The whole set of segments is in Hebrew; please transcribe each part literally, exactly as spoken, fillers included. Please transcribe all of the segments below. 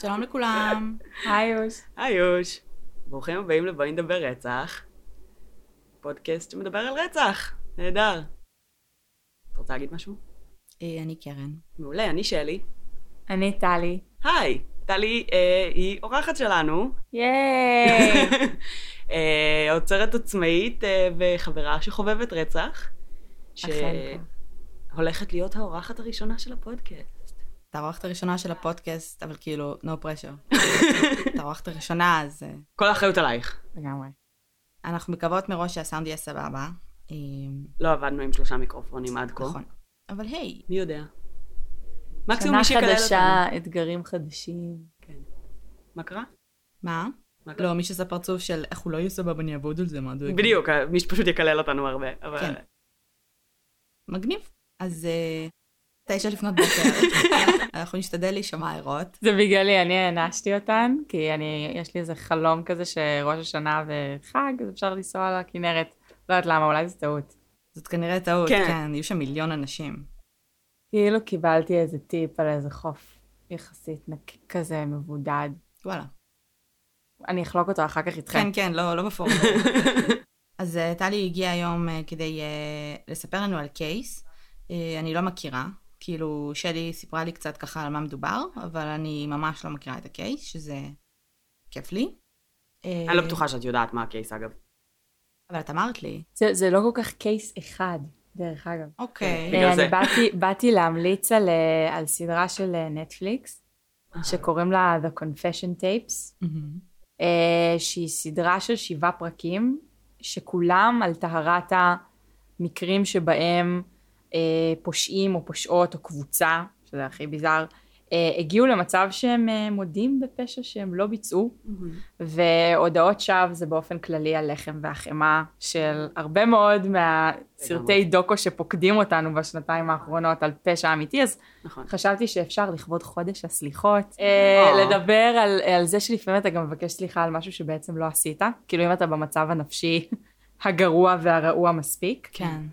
שלום לכולם. היי יוש. היי יוש. ברוכים הבאים לבואי נדבר רצח. פודקאסט שמדבר על רצח. נהדר. את רוצה להגיד משהו? אני קרן. מעולה, אני שלי. אני טלי. היי, טלי אה, היא אורחת שלנו. ייי! אה, אוצרת עצמאית אה, וחברה שחובבת רצח. שהולכת להיות האורחת הראשונה של הפודקאסט. את האורחת הראשונה של הפודקאסט, אבל כאילו, no pressure. את האורחת הראשונה, אז... כל האחריות עלייך. לגמרי. אנחנו מקוות מראש שהסאונד יהיה סבבה. לא עבדנו עם שלושה מיקרופונים עד כה. נכון. אבל היי. מי יודע? מקסימום מי שיקלל שנה אותנו. חדשה, אתגרים חדשים. כן. מה קרה? מה? מה קרה? לא, מי שעשה פרצוף של איך הוא לא יהיה סבבה, אני אעבוד על זה, מה דואג? בדיוק, מי שפשוט יקלל אותנו הרבה. אבל... כן. מגניב. אז תשע לפנות בוקר. אנחנו נשתדל להישמע ערות. זה בגללי, אני הענשתי אותן, כי אני, יש לי איזה חלום כזה שראש השנה וחג, אז אפשר לנסוע לכנרת. לא יודעת למה, אולי זה טעות. זאת כנראה טעות, כן. כן, יהיו שם מיליון אנשים. כאילו קיבלתי איזה טיפ על איזה חוף יחסית נקי כזה מבודד. וואלה. אני אחלוק אותו אחר כך איתכם. כן, כן, לא, לא בפורום. אז uh, טלי הגיעה היום uh, כדי uh, לספר לנו על קייס. Uh, אני לא מכירה. כאילו, שלי סיפרה לי קצת ככה על מה מדובר, אבל אני ממש לא מכירה את הקייס, שזה כיף לי. אני לא בטוחה שאת יודעת מה הקייס, אגב. אבל את אמרת לי. זה, זה לא כל כך קייס אחד, דרך אגב. אוקיי. בגלל זה. אני באתי, באתי להמליץ על, uh, על סדרה של נטפליקס, שקוראים לה The Confession Tapes. Uh, שהיא סדרה של שבעה פרקים, שכולם על טהרת המקרים שבהם uh, פושעים או פושעות או קבוצה, שזה הכי ביזר, uh, הגיעו למצב שהם uh, מודים בפשע שהם לא ביצעו, והודעות שווא זה באופן כללי הלחם והחמה של הרבה מאוד מהסרטי דוקו שפוקדים אותנו בשנתיים האחרונות על פשע אמיתי, אז נכון. חשבתי שאפשר לכבוד חודש הסליחות, לדבר על, על זה שלפעמים אתה גם מבקש סליחה על משהו שבעצם לא עשית, כאילו אם אתה במצב הנפשי הגרוע והרעוע מספיק. כן.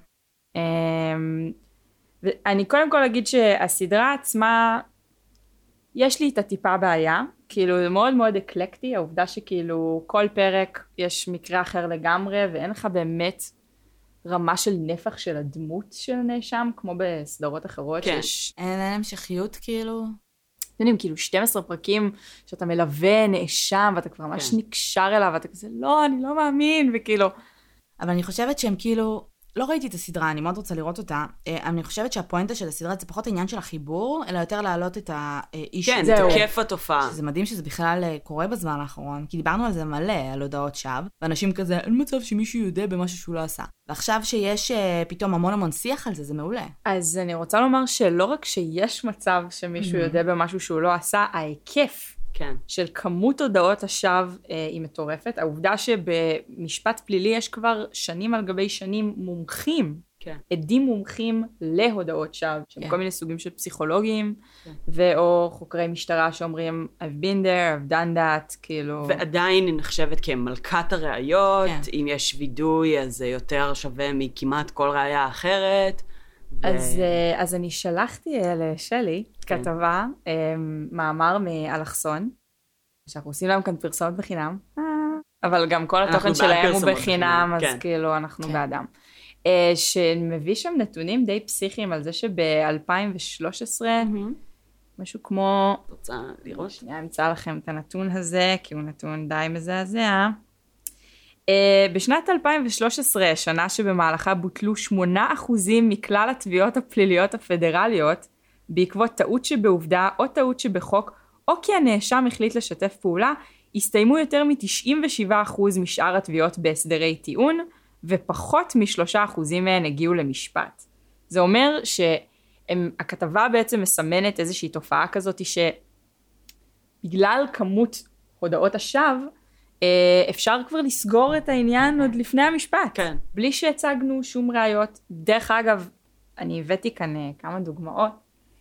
ואני קודם כל אגיד שהסדרה עצמה, יש לי את הטיפה בעיה, כאילו זה מאוד מאוד אקלקטי, העובדה שכאילו כל פרק יש מקרה אחר לגמרי, ואין לך באמת רמה של נפח של הדמות של הנאשם, כמו בסדרות אחרות. כן. שיש, אין המשכיות כאילו? אתם יודעים, כאילו שנים עשר פרקים שאתה מלווה נאשם, ואתה כבר ממש כן. נקשר אליו, ואתה כזה, לא, אני לא מאמין, וכאילו... אבל אני חושבת שהם כאילו, לא ראיתי את הסדרה, אני מאוד רוצה לראות אותה, אני חושבת שהפואנטה של הסדרה זה פחות העניין של החיבור, אלא יותר להעלות את האיש. כן, זהו. זה כיף התופעה. שזה מדהים שזה בכלל קורה בזמן האחרון, כי דיברנו על זה מלא, על הודעות שווא, ואנשים כזה, אין מצב שמישהו יודע במשהו שהוא לא עשה. ועכשיו שיש פתאום המון המון שיח על זה, זה מעולה. אז אני רוצה לומר שלא רק שיש מצב שמישהו יודע במשהו שהוא לא עשה, ההיקף כן. של כמות הודעות השווא אה, היא מטורפת. העובדה שבמשפט פלילי יש כבר שנים על גבי שנים מומחים, כן. עדים מומחים להודעות שווא, שהם כן. כל מיני סוגים של פסיכולוגים, כן. ואו חוקרי משטרה שאומרים, I've been there, I've done that, כאילו... ועדיין היא נחשבת כמלכת הראיות, כן. אם יש וידוי אז זה יותר שווה מכמעט כל ראיה אחרת. אז, ו... אז אני שלחתי לשלי כן. כתבה, מאמר מאלכסון, שאנחנו עושים להם כאן פרסומת בחינם, אבל גם כל התוכן שלהם הוא בחינם, אז כן. כאילו אנחנו כן. באדם. שמביא שם נתונים די פסיכיים על זה שב-אלפיים ושלוש עשרה, משהו כמו... את רוצה לראות? שנייה, אמצא לכם את הנתון הזה, כי הוא נתון די מזעזע. בשנת אלפיים ושלוש עשרה, שנה שבמהלכה בוטלו שמונה אחוזים מכלל התביעות הפליליות הפדרליות, בעקבות טעות שבעובדה או טעות שבחוק, או כי הנאשם החליט לשתף פעולה, הסתיימו יותר מ-תשעים ושבעה אחוז משאר התביעות בהסדרי טיעון, ופחות מ-שלושה אחוזים מהן הגיעו למשפט. זה אומר שהכתבה בעצם מסמנת איזושהי תופעה כזאת, שבגלל כמות הודעות השווא, אפשר כבר לסגור את העניין עוד לפני המשפט. כן. בלי שהצגנו שום ראיות. דרך אגב, אני הבאתי כאן כמה דוגמאות.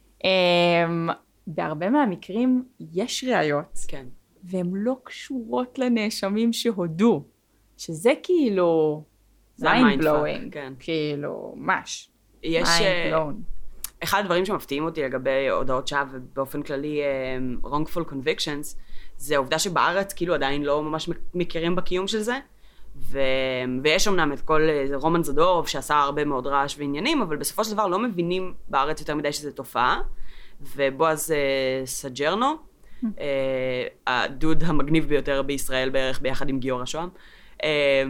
בהרבה מהמקרים יש ראיות. כן. והן לא קשורות לנאשמים שהודו. שזה כאילו... זה mind המיינדפאק, blowing. כן. כאילו, מש. יש... mind blown. אחד הדברים שמפתיעים אותי לגבי הודעות שווא ובאופן כללי um, wrongful convictions, זה העובדה שבארץ כאילו עדיין לא ממש מכירים בקיום של זה, ו... ויש אמנם את כל רומן זדורוב שעשה הרבה מאוד רעש ועניינים, אבל בסופו של דבר לא מבינים בארץ יותר מדי שזה תופעה, ובועז uh, סג'רנו, uh, הדוד המגניב ביותר בישראל בערך ביחד עם גיורא שוהם, uh,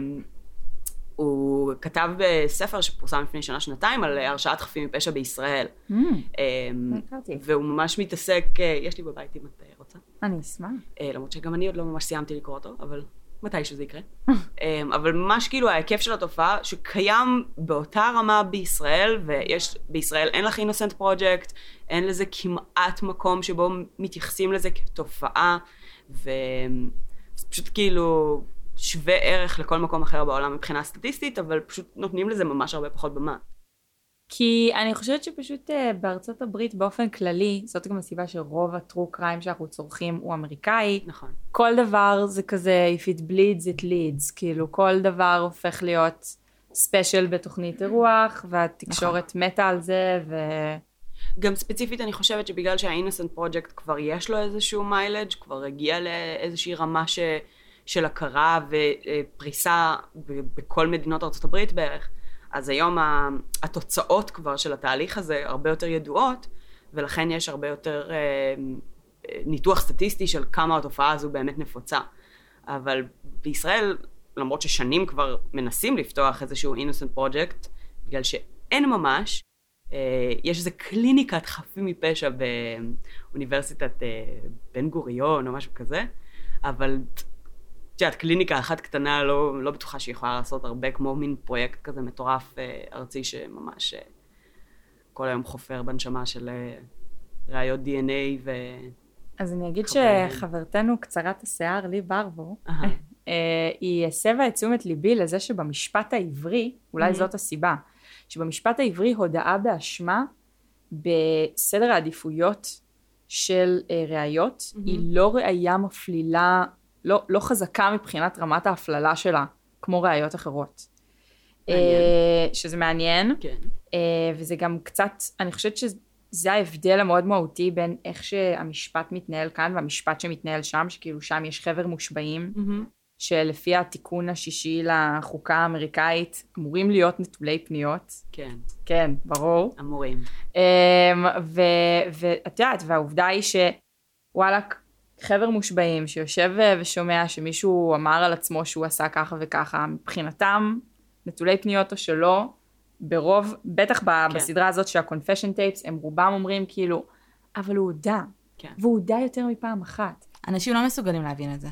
הוא כתב בספר שפורסם לפני שנה שנתיים על הרשעת חפים מפשע בישראל. Mm, והוא ממש מתעסק, יש לי בבית אם את רוצה. אני אשמח. למרות שגם אני עוד לא ממש סיימתי לקרוא אותו, אבל מתישהו זה יקרה. אבל ממש כאילו ההיקף של התופעה שקיים באותה רמה בישראל, ויש בישראל אין לך Innocent Project, אין לזה כמעט מקום שבו מתייחסים לזה כתופעה, ופשוט כאילו שווה ערך לכל מקום אחר בעולם מבחינה סטטיסטית, אבל פשוט נותנים לזה ממש הרבה פחות במה. כי אני חושבת שפשוט בארצות הברית באופן כללי, זאת גם הסיבה שרוב הטרו קריים שאנחנו צורכים הוא אמריקאי. נכון. כל דבר זה כזה, if it bleeds it leads, כאילו כל דבר הופך להיות ספיישל בתוכנית אירוח, והתקשורת נכון. מתה על זה, ו... גם ספציפית אני חושבת שבגלל שה-Innocent Project כבר יש לו איזשהו מיילג', כבר הגיע לאיזושהי רמה ש... של הכרה ופריסה בכל מדינות ארצות הברית בערך, אז היום התוצאות כבר של התהליך הזה הרבה יותר ידועות, ולכן יש הרבה יותר ניתוח סטטיסטי של כמה התופעה הזו באמת נפוצה. אבל בישראל, למרות ששנים כבר מנסים לפתוח איזשהו Innocent Project, בגלל שאין ממש, יש איזו קליניקת חפים מפשע באוניברסיטת בן גוריון או משהו כזה, אבל שאת קליניקה אחת קטנה לא, לא בטוחה שהיא יכולה לעשות הרבה, כמו מין פרויקט כזה מטורף ארצי שממש כל היום חופר בנשמה של ראיות די אן איי ו... אז אני אגיד שחברתנו קצרת השיער, לי ברבו, היא הסבה את תשומת ליבי לזה שבמשפט העברי, אולי זאת הסיבה, שבמשפט העברי הודאה באשמה בסדר העדיפויות של ראיות, היא לא ראיה מפלילה, לא, לא חזקה מבחינת רמת ההפללה שלה, כמו ראיות אחרות. מעניין. שזה מעניין. כן. וזה גם קצת, אני חושבת שזה ההבדל המאוד מהותי בין איך שהמשפט מתנהל כאן, והמשפט שמתנהל שם, שכאילו שם יש חבר מושבעים, mm-hmm. שלפי התיקון השישי לחוקה האמריקאית, אמורים להיות נטולי פניות. כן. כן, ברור. אמורים. ואת יודעת, והעובדה היא שוואלה, חבר מושבעים שיושב ושומע שמישהו אמר על עצמו שהוא עשה ככה וככה, מבחינתם, נטולי פניות או שלא, ברוב, בטח כן. בסדרה הזאת שהקונפשן טייפס, הם רובם אומרים כאילו, אבל הוא הודע. כן. והוא הודע יותר מפעם אחת. אנשים לא מסוגלים להבין את זה.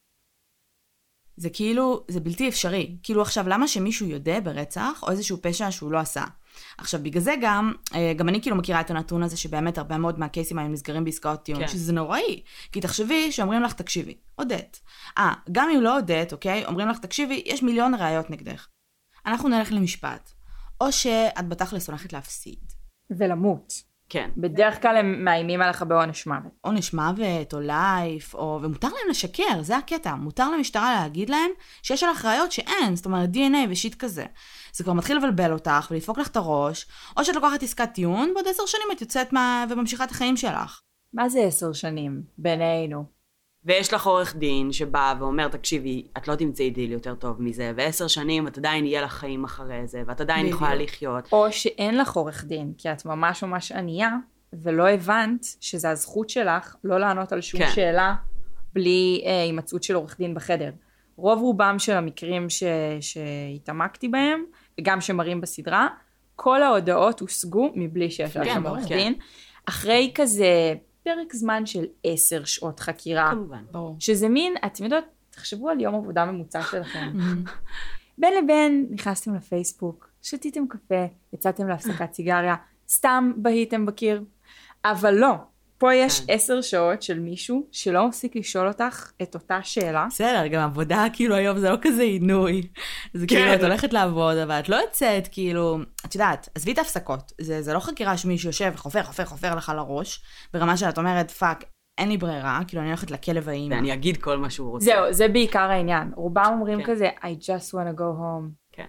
זה כאילו, זה בלתי אפשרי. כאילו עכשיו, למה שמישהו יודע ברצח, או איזשהו פשע שהוא לא עשה? עכשיו, בגלל זה גם, גם אני כאילו מכירה את הנתון הזה, שבאמת הרבה מאוד מהקייסים האלה נסגרים בעסקאות טיעון, כן. שזה נוראי. כי תחשבי שאומרים לך, תקשיבי, עודד. אה, גם אם לא עודד, אוקיי, אומרים לך, תקשיבי, יש מיליון ראיות נגדך. אנחנו נלך למשפט. או שאת בתכלס הולכת להפסיד. ולמות. כן. בדרך כלל הם מאיימים עליך בעונש מוות. עונש מוות, או לייף, או... ומותר להם לשקר, זה הקטע. מותר למשטרה להגיד להם שיש עליך ראיות שאין, זאת אומרת די אן איי ושיט כזה. זה כבר מתחיל לבלבל אותך ולדפוק לך את הראש, או שאת לוקחת עסקת טיעון, בעוד עשר שנים את יוצאת מה... וממשיכה את החיים שלך. מה זה עשר שנים? בינינו. ויש לך עורך דין שבא ואומר, תקשיבי, את לא תמצאי דיל יותר טוב מזה, ועשר שנים את עדיין יהיה לך חיים אחרי זה, ואת עדיין יכולה לחיות. או שאין לך עורך דין, כי את ממש ממש ענייה, ולא הבנת שזה הזכות שלך לא לענות על שום כן. שאלה, בלי אה, הימצאות של עורך דין בחדר. רוב רובם של המקרים ש... שהתעמקתי בהם, וגם שמראים בסדרה, כל ההודעות הושגו מבלי שיש לך כן, עורך כן. דין. אחרי כזה... פרק זמן של עשר שעות חקירה. כמובן. ברור. שזה מין, אתם יודעות, תחשבו על יום עבודה ממוצע שלכם. בין לבין נכנסתם לפייסבוק, שתיתם קפה, יצאתם להפסקת סיגריה, סתם בהיתם בקיר. אבל לא, פה יש עשר שעות של מישהו שלא מפסיק לשאול אותך את אותה שאלה. בסדר, גם עבודה כאילו היום זה לא כזה עינוי. זה כאילו את הולכת לעבוד, אבל את לא יוצאת כאילו, את יודעת, עזבי את ההפסקות. זה, זה לא חקירה שמישהו יושב וחופר, חופר, חופר לך לראש, ברמה שאת אומרת, פאק, אין לי ברירה, כאילו אני הולכת לכלב האמא. ואני אגיד כל מה שהוא רוצה. זהו, זה בעיקר העניין. רובם אומרים כזה, I just want to go home. כן.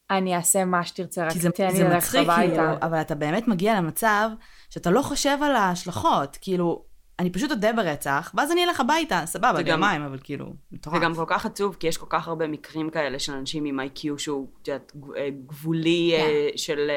אני אעשה מה שתרצה, רק זה, תן לי זה ללכת מצחיק, הביתה. כאילו, אבל אתה באמת מגיע למצב שאתה לא חושב על ההשלכות, כאילו, אני פשוט אודה ברצח, ואז אני אלך הביתה, סבבה, ביומיים, אבל כאילו, מטורף. זה גם כל כך עצוב, כי יש כל כך הרבה מקרים כאלה של אנשים עם איי קיו שהוא גבולי של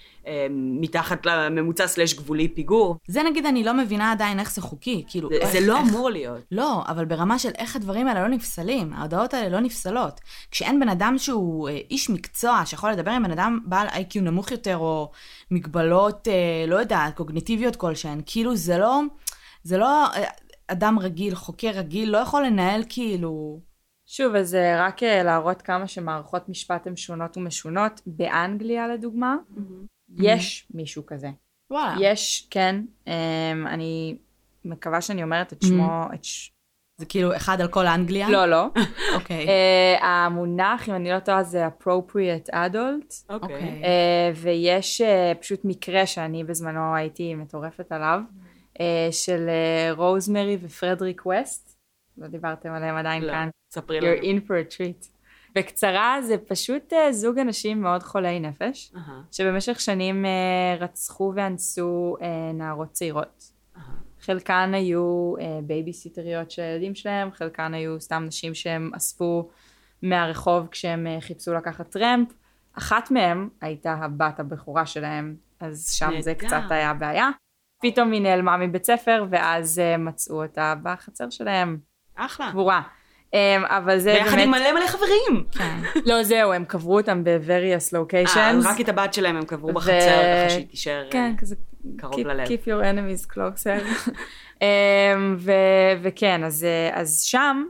מתחת לממוצע סלש גבולי פיגור. זה נגיד אני לא מבינה עדיין איך זה חוקי, כאילו... זה לא אמור להיות. לא, אבל ברמה של איך הדברים האלה לא נפסלים, ההודעות האלה לא נפסלות. כשאין בן אדם שהוא איש מקצוע, שיכול לדבר עם בן אדם בעל איי קיו נמוך יותר, או מגבלות, לא יודעת, קוגניטיביות כלשהן, כאילו זה לא... זה לא אדם רגיל, חוקר רגיל, לא יכול לנהל כאילו... שוב, אז רק להראות כמה שמערכות משפט הן שונות ומשונות. באנגליה, לדוגמה, mm-hmm. יש mm-hmm. מישהו כזה. וואלה. יש, כן. אני מקווה שאני אומרת את שמו... Mm-hmm. את ש... זה כאילו אחד על כל אנגליה? לא, לא. אוקיי. uh, המונח, אם אני לא טועה, זה appropriate adult. אוקיי. Okay. Uh, ויש uh, פשוט מקרה שאני בזמנו הייתי מטורפת עליו. של רוזמרי ופרדריק ווסט, לא דיברתם עליהם עדיין לא, כאן. ספרי לנו. You're in for a treat. בקצרה, זה פשוט זוג אנשים מאוד חולי נפש, uh-huh. שבמשך שנים רצחו ואנסו נערות צעירות. Uh-huh. חלקן היו בייביסיטריות של הילדים שלהם, חלקן היו סתם נשים שהם אספו מהרחוב כשהם חיפשו לקחת טרמפ. אחת מהם הייתה הבת הבכורה שלהם, אז שם זה קצת היה בעיה. פתאום היא נעלמה מבית ספר, ואז uh, מצאו אותה בחצר שלהם. אחלה. קבורה. Um, אבל זה ביחד באמת... עם מלא מלא חברים. כן. לא, זהו, הם קברו אותם ב-various locations. אה, רק את הבת שלהם הם קברו בחצר, ו... ככה שהיא תישאר כן, כזה... קרוב keep, ללב. Keep your enemies closer. um, ו... וכן, אז, אז שם,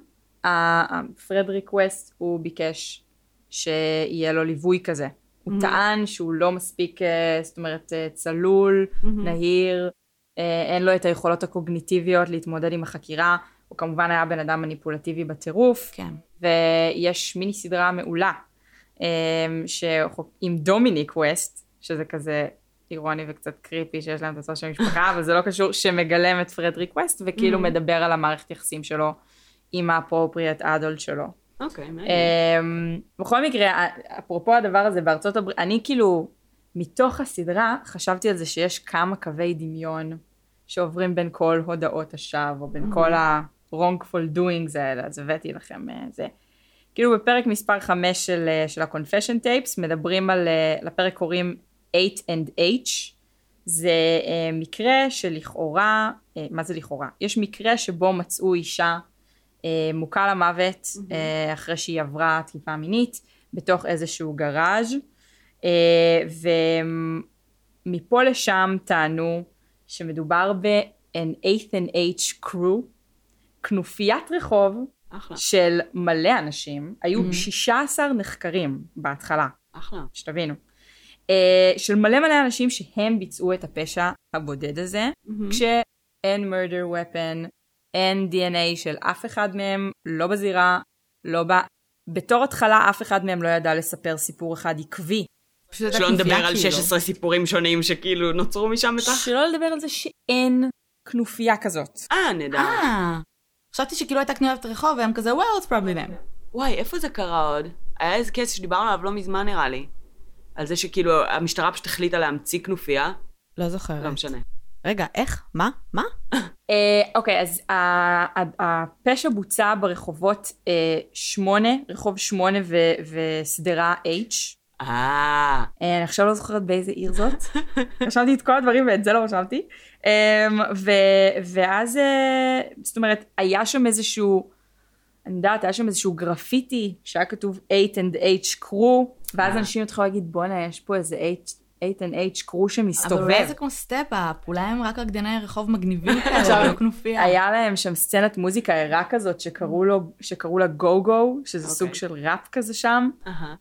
פרדריק ווסט, הוא ביקש שיהיה לו ליווי כזה. הוא mm-hmm. טען שהוא לא מספיק, זאת אומרת, צלול, mm-hmm. נהיר, אין לו את היכולות הקוגניטיביות להתמודד עם החקירה, הוא כמובן היה בן אדם מניפולטיבי בטירוף, כן. ויש מיני סדרה מעולה, עם דומיניק ווסט, שזה כזה אירוני וקצת קריפי, שיש להם את הצורה של המשפחה, אבל זה לא קשור, שמגלם את פרדריק ווסט, וכאילו mm-hmm. מדבר על המערכת יחסים שלו, עם האפרופריאט אדולט שלו. אוקיי, okay, מעניין. בכל מקרה, אפרופו הדבר הזה בארצות הברית, אני כאילו, מתוך הסדרה, חשבתי על זה שיש כמה קווי דמיון, שעוברים בין כל הודעות השווא, או בין כל ה-wrongful doings האלה, אז הבאתי לכם זה. כאילו בפרק מספר חמש של, של ה-confession tapes, מדברים על, לפרק קוראים eight and H, זה מקרה שלכאורה, מה זה לכאורה? יש מקרה שבו מצאו אישה, מוקה למוות, mm-hmm. אחרי שהיא עברה תקיפה מינית, בתוך איזשהו גראז', ומפה לשם טענו, שמדובר ב-an eighth and H crew, כנופיית רחוב אחלה. של מלא אנשים, היו mm-hmm. שישה עשר נחקרים בהתחלה, אחלה. שתבינו, uh, של מלא מלא אנשים שהם ביצעו את הפשע הבודד הזה, mm-hmm. כשאין murder weapon, אין די אן איי של אף אחד מהם, לא בזירה, לא ב... בתור התחלה אף אחד מהם לא ידע לספר סיפור אחד עקבי. שלא נדבר על שש עשרה סיפורים שונים שכאילו נוצרו משם בטח. שלא לדבר על זה שאין כנופיה כזאת. אה, נדע. אה, חשבתי שכאילו הייתה כנופיית רחוב והם כזה, well, it's probably them. וואי, איפה זה קרה עוד? היה איזה קייס שדיברנו עליו לא מזמן נראה לי. על זה שכאילו המשטרה פשוט החליטה להמציא כנופיה. לא זוכרת. לא משנה. רגע, איך? מה? מה? אוקיי, אז הפשע בוצע ברחובות שמונה, רחוב שמונה וסדרה H. אה. אני עכשיו לא זוכרת באיזה עיר זאת. רשמתי את כל הדברים ואת זה לא רשמתי. ואז, זאת אומרת, היה שם איזשהו, אני יודעת, היה שם איזשהו גרפיטי שהיה כתוב eight and H crew, ואז אנשים התחילו להגיד, בוא'נה, יש פה איזה eight and H crew שמסתובב. אבל אולי זה כמו סטאפ-אפ, אולי הם רק רקדני רחוב מגניבים כאלה, לא כנופיה. היה להם שם סצנת מוזיקה ערה כזאת שקראו לו, שקראו לה גו-גו, שזה סוג של ראפ כזה שם,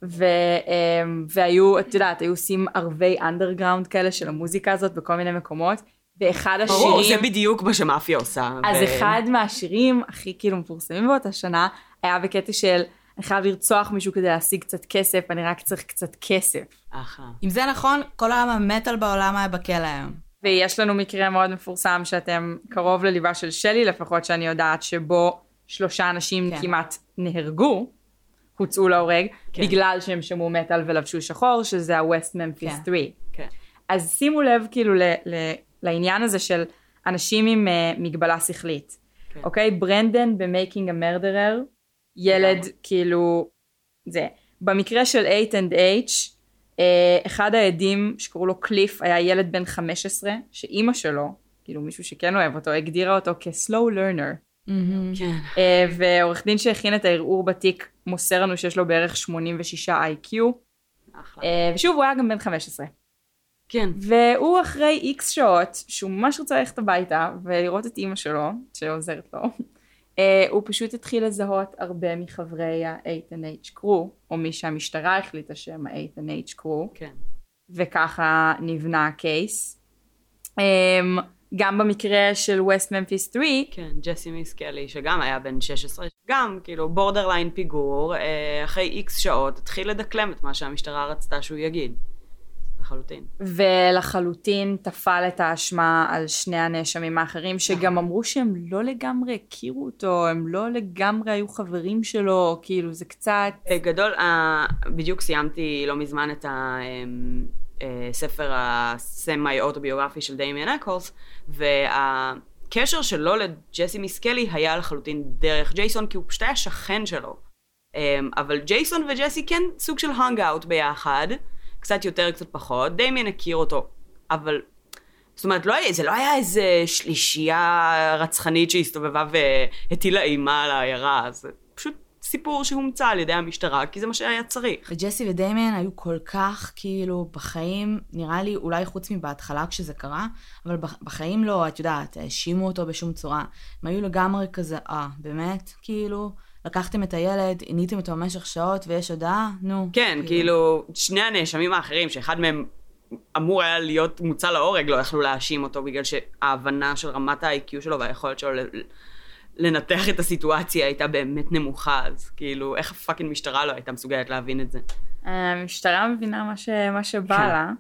והיו, את יודעת, היו עושים ערבי אנדרגראונד כאלה של המוזיקה הזאת בכל מיני מקומות, ואחד השירים... ברור, זה בדיוק מה שמאפיה עושה. אז אחד מהשירים הכי כאילו מפורסמים באותה שנה, היה בקטע של... אני חייב לרצוח מישהו כדי להשיג קצת כסף, אני רק צריך קצת כסף. אחלה. אם זה נכון, כל העם המטל בעולם היה בכלא היום. ויש לנו מקרה מאוד מפורסם שאתם קרוב לליבה של שלי, לפחות שאני יודעת שבו שלושה אנשים כן. כמעט נהרגו. הוצאו להורג, כן. בגלל שהם שמעו מטל ולבשו שחור, שזה ה-West Memphis כן. שלוש. כן. אז שימו לב כאילו ל- ל- לעניין הזה של אנשים עם uh, מגבלה שכלית. כן. אוקיי? ברנדן ב-Making a Murderer, ילד כאילו, זה. במקרה של אייט אנד אייץ', uh, אחד העדים שקראו לו קליף, היה ילד בן חמש עשרה, שאימא שלו, כאילו מישהו שכן אוהב אותו, הגדירה אותו כ-slow learner. כן. Uh, ועורך דין שהכין את הערעור בתיק, מוסר לנו שיש לו בערך שמונים ושש איי קיו. אחלה. Uh, ושוב, הוא היה גם בן חמש עשרה. כן. והוא אחרי איקס שעות, שהוא ממש רוצה ללכת הביתה ולראות את אימא שלו, שעוזרת לו, הוא פשוט התחיל לזהות הרבה מחברי ה-אייט אנד אייץ' קרו, או מי שהמשטרה החליטה שהם ה-אייט אנד אייץ' קרו, כן. וככה נבנה הקייס. גם במקרה של West Memphis שלוש, כן, ג'סי מיסקלי, שגם היה בן שש עשרה, גם כאילו בורדרליין פיגור, אחרי איקס שעות, התחיל לדקלם את מה שהמשטרה רצתה שהוא יגיד. לחלוטין. ולחלוטין תפל את האשמה על שני הנאשמים האחרים, שגם אמרו שהם לא לגמרי הכירו אותו, הם לא לגמרי היו חברים שלו, כאילו זה קצת... גדול, בדיוק סיימתי לא מזמן את הספר הסמי אוטוביוגרפי של דמיאן אקולס, והקשר שלו לג'סי מיסקלי היה לחלוטין דרך ג'ייסון, כי הוא פשוט היה שכן שלו. אבל ג'ייסון וג'סי כן סוג של הנג אאוט ביחד, קצת יותר, קצת פחות. דמיין הכיר אותו, אבל, זאת אומרת, לא, זה לא היה איזה שלישייה רצחנית שהסתובבה והטילה אימה על העיירה, זה פשוט סיפור שהומצא על ידי המשטרה, כי זה מה שהיה צריך. וג'סי ודמיין היו כל כך, כאילו, בחיים, נראה לי, אולי חוץ מבהתחלה כשזה קרה, אבל בחיים לא, את יודעת, האשימו אותו בשום צורה. הם היו לגמרי כזה, אה, באמת, כאילו... לקחתם את הילד, עניתם אותו במשך שעות, ויש הודעה, נו. כן, כאילו, כאילו שני הנאשמים האחרים, שאחד מהם אמור היה להיות מוצא להורג, לא יכלו להאשים אותו, בגלל שההבנה של רמת ה-איי קיו שלו, והיכולת שלו לנתח את הסיטואציה הייתה באמת נמוכה, אז כאילו, איך הפאקינג משטרה לא הייתה מסוגלת להבין את זה? המשטרה מבינה מה, ש... מה שבא לה.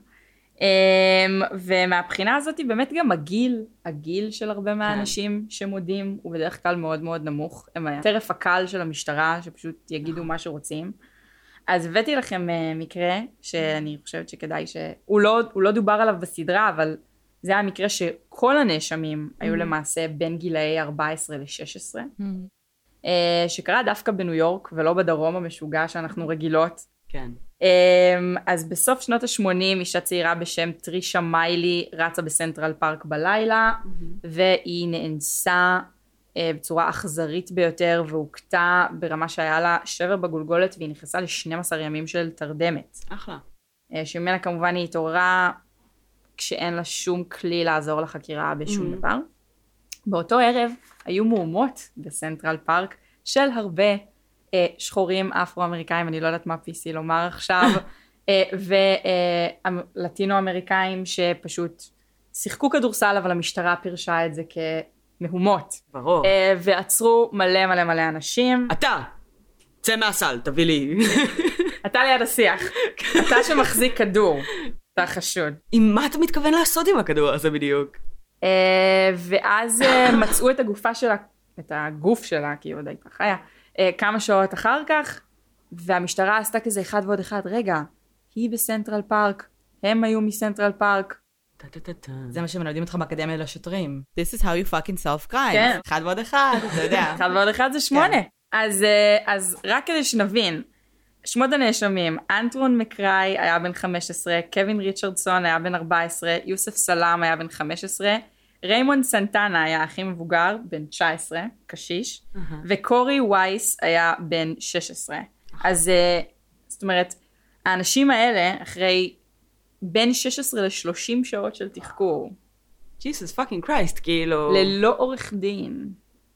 ומהבחינה הזאת באמת גם הגיל, הגיל של הרבה מהאנשים שמודים הוא בדרך כלל מאוד מאוד נמוך. הם הטרף הקל של המשטרה שפשוט יגידו מה שרוצים. אז הבאתי לכם מקרה שאני חושבת שכדאי ש... הוא לא, הוא לא דובר עליו בסדרה, אבל זה היה מקרה שכל הנאשמים היו למעשה בין גילאי ארבע עשרה ל-שש עשרה. שקרה דווקא בניו יורק ולא בדרום המשוגע שאנחנו רגילות. כן. אז בסוף שנות ה-שמונים אישה צעירה בשם טרישה מיילי רצה בסנטרל פארק בלילה, והיא נאנסה בצורה אכזרית ביותר והוקטה ברמה שהיה לה שבר בגולגולת, והיא נכנסה ל-שנים עשר ימים של תרדמת. אחלה. שממנה כמובן היא התעוררה כשאין לה שום כלי לעזור לחקירה בשום דבר. באותו ערב היו מהומות בסנטרל פארק של הרבה שחורים אפרו-אמריקאים, אני לא יודעת מה פי סי לומר עכשיו, ולטינו-אמריקאים שפשוט שיחקו כדורסל, אבל המשטרה פירשה את זה כמהומות. ברור. ועצרו מלא מלא מלא אנשים. אתה, צא מהסל, תביא לי. אתה ליד השיח. אתה שמחזיק כדור. אתה חשוד. עם מה אתה מתכוון לעשות עם הכדור הזה בדיוק? ואז מצאו את הגופה שלה, את הגוף שלה, כי היא עוד הייתה חיה, כמה שעות אחר כך, והמשטרה עשתה כזה אחד ועוד אחד, רגע, היא בסנטרל פארק, הם היו מסנטרל פארק. זה מה שמלמדים אותך באקדמיה לשוטרים. This is how you fucking solve crime. כן. אחד ועוד אחד, אתה יודע. אחד ועוד אחד זה שמונה. אז, אז רק כדי שנבין, שמות הנאשמים, אנטרון מקראי היה בן חמש עשרה, קווין ריצ'רדסון היה בן ארבע עשרה, יוסף סלאם היה בן חמש עשרה, ריימונד סנטנה היה הכי מבוגר, בן תשע עשרה, קשיש, uh-huh. וקורי וייס היה בן שש עשרה. Uh-huh. אז זאת אומרת, האנשים האלה, אחרי בין שש עשרה ל-שלושים שעות של תחקור, Jesus fucking Christ, כאילו... ללא עורך דין.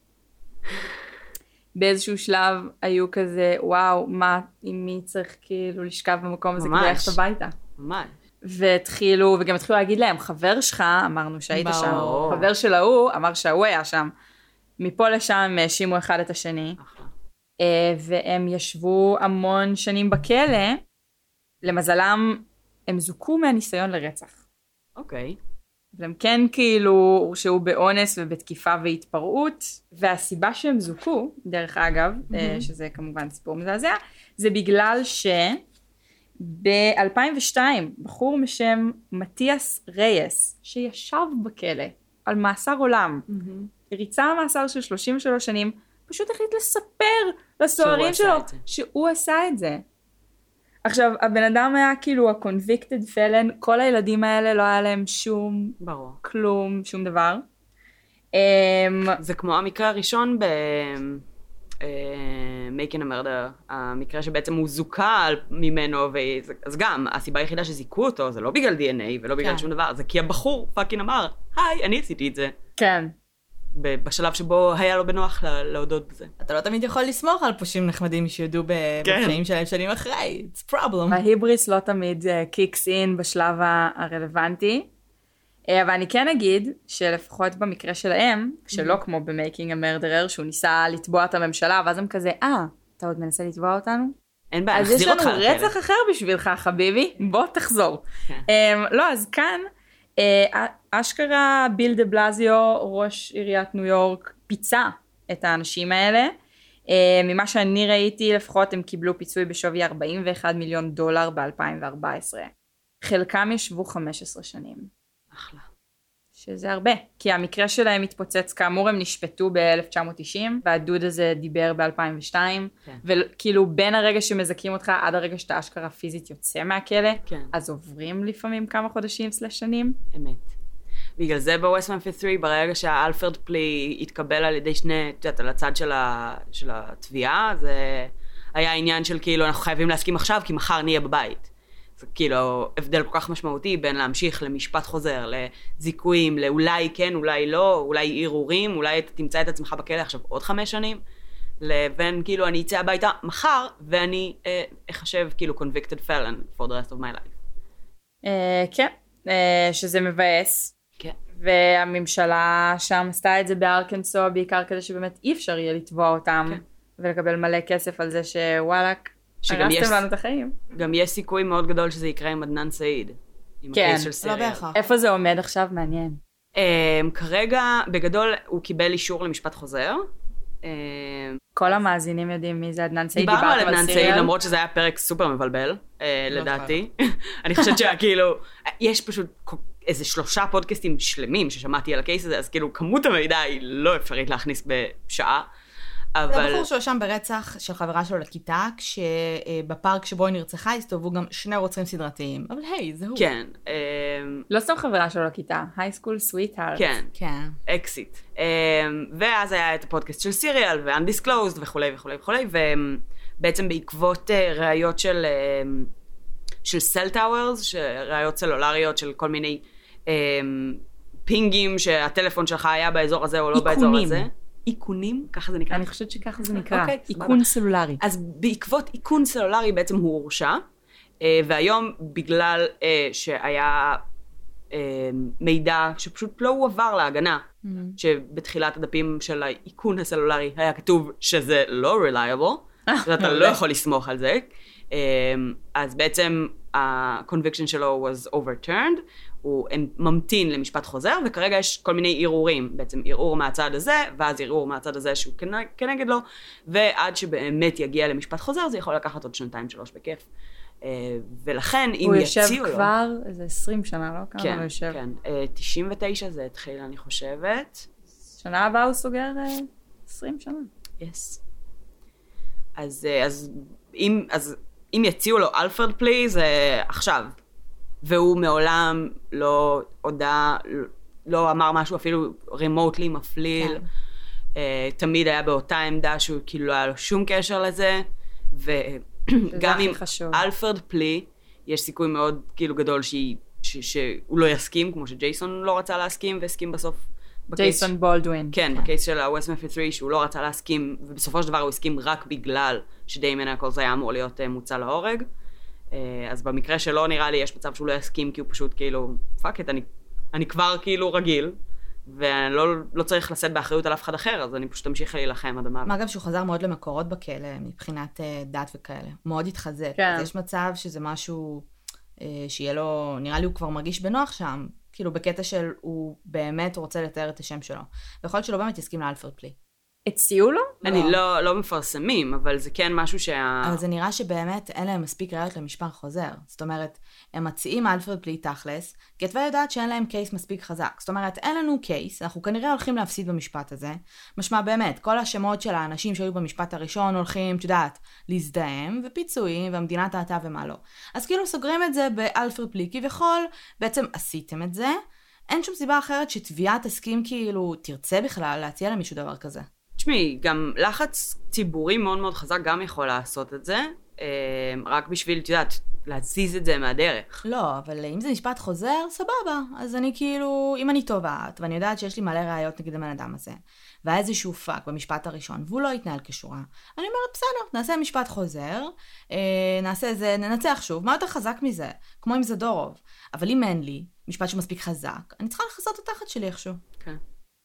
באיזשהו שלב היו כזה, וואו, מה, עם מי צריך כאילו לשכב במקום הזה כדי ללכת הביתה? ממש. והתחילו, וגם התחילו להגיד להם, חבר שלך, אמרנו שהיית ברור. שם, חבר של ההוא, אמר שההוא היה שם. מפה לשם הם האשימו אחד את השני, אחלה. והם ישבו המון שנים בכלא, למזלם הם זוכו מהניסיון לרצח. אוקיי. והם כן כאילו הורשעו באונס ובתקיפה והתפרעות, והסיבה שהם זוכו, דרך אגב, mm-hmm. שזה כמובן סיפור מזעזע, זה בגלל שב-אלפיים ושתיים בחור משם מתיאס רייס, שישב בכלא על מאסר עולם, mm-hmm. ריצה מאסר של שלושים ושלוש שנים, פשוט החליט לספר לסוהרים שלו שהוא עשה את זה. עכשיו, הבן אדם היה כאילו ה-convicted felon, כל הילדים האלה לא היה להם שום, ברור. כלום, שום דבר. זה כמו המקרה הראשון ב... Making a Murder, המקרה שבעצם הוא זוכה ממנו, אז גם, הסיבה היחידה שזיקו אותו, זה לא בגלל די אן איי ולא בגלל שום דבר, זה כי הבחור פאקינג אמר, היי, אני עשיתי את זה. כן. בשלב שבו היה לו בנוח להודות בזה. אתה לא תמיד יכול לסמוך על פושעים נחמדים שיודעו בפשעים שלהם שנים אחרי. It's problem. ההיבריס לא תמיד קיקס אין בשלב הרלוונטי. אבל אני כן אגיד שלפחות במקרה שלהם, שלא כמו ב-Making a Murderer, שהוא ניסה לתבוע את הממשלה, ואז הם כזה, אה, אתה עוד מנסה לתבוע אותנו? אין בעיה, נחזיר אותך. אז יש לנו רצח אחר בשבילך, חביבי. בוא תחזור. לא, אז כאן, אשכרה ביל דה בלזיו, ראש עיריית ניו יורק, פיצה את האנשים האלה. ממה שאני ראיתי, לפחות הם קיבלו פיצוי בשווי ארבעים ואחד מיליון דולר ב-אלפיים וארבע עשרה. חלקם ישבו חמש עשרה שנים. אחלה. שזה הרבה, כי המקרה שלהם התפוצץ, כאמור הם נשפטו ב-אלף תשע מאות תשעים, והדוד הזה דיבר ב-אלפיים ושתיים, כן. וכאילו בין הרגע שמזכים אותך עד הרגע שאתה אשכרה פיזית יוצא מהכלא, כן. אז עוברים לפעמים כמה חודשים סלש שנים. אמת. בגלל זה ב-West Memphis שלוש, ברגע שהאלפרד פלי התקבל על ידי שני, את יודעת, על הצד של, ה, של התביעה, זה היה עניין של כאילו אנחנו חייבים להסכים עכשיו, כי מחר נהיה בבית. זה כאילו הבדל כל כך משמעותי בין להמשיך למשפט חוזר, לזיקויים, לאולי כן, אולי לא, אולי ערעורים, אולי אתה תמצא את עצמך בכלא עכשיו עוד חמש שנים, לבין כאילו אני אצא הביתה מחר, ואני אה, אחשב כאילו convicted felon for the rest of my life. אה, כן, אה, שזה מבאס. כן. והממשלה שם עשתה את זה בארקנסו, בעיקר כדי שבאמת אי אפשר יהיה לתבוע אותם, כן. ולקבל מלא כסף על זה שוואלק, הרסתם לנו את החיים. גם יש סיכוי מאוד גדול שזה יקרה עם עדנאן סעיד. כן, לא בהכרח. איפה זה עומד עכשיו? מעניין. Um, כרגע, בגדול, הוא קיבל אישור למשפט חוזר. Um, כל המאזינים יודעים מי זה עדנאן סעיד. דיברנו על עדנאן סעיד, למרות שזה היה פרק סופר מבלבל, uh, לדעתי. אני חושבת שכאילו, יש פשוט איזה שלושה פודקאסטים שלמים ששמעתי על הקייס הזה, אז כאילו כמות המידע היא לא אפשרית להכניס בשעה. אבל... זה בחור שהואשם ברצח של חברה שלו לכיתה, כשבפארק שבו היא נרצחה הסתובבו גם שני רוצחים סדרתיים. אבל היי, זה הוא. כן. לא סתם חברה שלו לכיתה, הייסקול סוויט-הארט. כן. כן. אקסיט. ואז היה את הפודקאסט של סיריאל, ו-Undisclosed וכו' וכו' וכו', ובעצם בעקבות ראיות של של סל טאוורס, ראיות סלולריות של כל מיני פינגים שהטלפון שלך היה באזור הזה או לא באזור הזה. איכונים, ככה זה נקרא. אני חושבת שככה זה נקרא, איכון סלולרי. אז בעקבות איכון סלולרי בעצם הוא הורשע, והיום בגלל שהיה מידע שפשוט לא הועבר להגנה, שבתחילת הדפים של האיכון הסלולרי היה כתוב שזה לא reliable, ואתה לא יכול לסמוך על זה, אז בעצם ה-conviction שלו was overturned, הוא ממתין למשפט חוזר, וכרגע יש כל מיני ערעורים, בעצם ערעור מהצד הזה, ואז ערעור מהצד הזה שהוא כנגד לו, ועד שבאמת יגיע למשפט חוזר, זה יכול לקחת עוד שנתיים שלוש בכיף. ולכן, אם יציעו לו... הוא יושב כבר איזה עשרים שנה, לא? כמה הוא יושב? כן, כן. תשעים ותשע זה התחיל, אני חושבת. שנה הבאה הוא סוגר עשרים שנה. Yes. אז, אז, אם, אז אם יציעו לו אלפרד פלי, זה עכשיו. והוא מעולם לא הודע, לא אמר משהו אפילו רימוטלי מפליל. כן. Uh, תמיד היה באותה עמדה שהוא כאילו לא היה לו שום קשר לזה. וגם עם אלפרד פלי, יש סיכוי מאוד כאילו גדול שהיא, ש, שהוא לא יסכים, כמו שג'ייסון לא רצה להסכים, והסכים בסוף. ג'ייסון בולדווין. כן, כן, בקייס של ה-West Memphis שלוש, שהוא לא רצה להסכים, ובסופו של דבר הוא הסכים רק בגלל שדיימן אקולס היה אמור להיות uh, מוצא להורג. אז במקרה שלו נראה לי יש מצב שהוא לא יסכים, כי הוא פשוט כאילו, פאק את, אני, אני כבר כאילו רגיל, ואני לא, לא צריך לשאת באחריות על אף אחד אחר, אז אני פשוט אמשיך להילחם עד המוות. מה גם שהוא חזר מאוד למקורות בכלא, מבחינת דת וכאלה. מאוד התחזק. כן. אז יש מצב שזה משהו שיהיה לו, נראה לי הוא כבר מרגיש בנוח שם, כאילו בקטע של הוא באמת רוצה לתאר את השם שלו. ויכול להיות שלא באמת יסכים לאלפרד פלי. הציעו לו? אני לא, לא מפרסמים, אבל זה כן משהו שה... אבל זה נראה שבאמת אין להם מספיק ראיות למשפט חוזר. זאת אומרת, הם מציעים אלפרד פלי תכלס, כי התביעה יודעת שאין להם קייס מספיק חזק. זאת אומרת, אין לנו קייס, אנחנו כנראה הולכים להפסיד במשפט הזה. משמע באמת, כל השמות של האנשים שהיו במשפט הראשון הולכים, תדעת, להזדהם, ופיצויים, והמדינה טעתה ומה לא. אז כאילו סוגרים את זה באלפרד פלי, כביכול, בעצם עשיתם את זה. אין שום סיבה אחרת שתביעה תסכים כאילו, תרצה בכלל להציע למישהו דבר כזה. תשמעי, גם לחץ ציבורי מאוד מאוד חזק גם יכול לעשות את זה, רק בשביל, את יודעת, להזיז את זה מהדרך. לא, אבל אם זה משפט חוזר, סבבה. אז אני כאילו, אם אני טובעת, ואני יודעת שיש לי מלא ראיות נגד הבן אדם הזה, והיה איזשהו פאק במשפט הראשון, והוא לא יתנהל כשורה, אני אומרת, בסדר, נעשה משפט חוזר, נעשה איזה, ננצח שוב, מה יותר חזק מזה? כמו עם זדורוב. אבל אם אין לי משפט שמספיק חזק, אני צריכה לחסות את התחת שלי איכשהו. כן.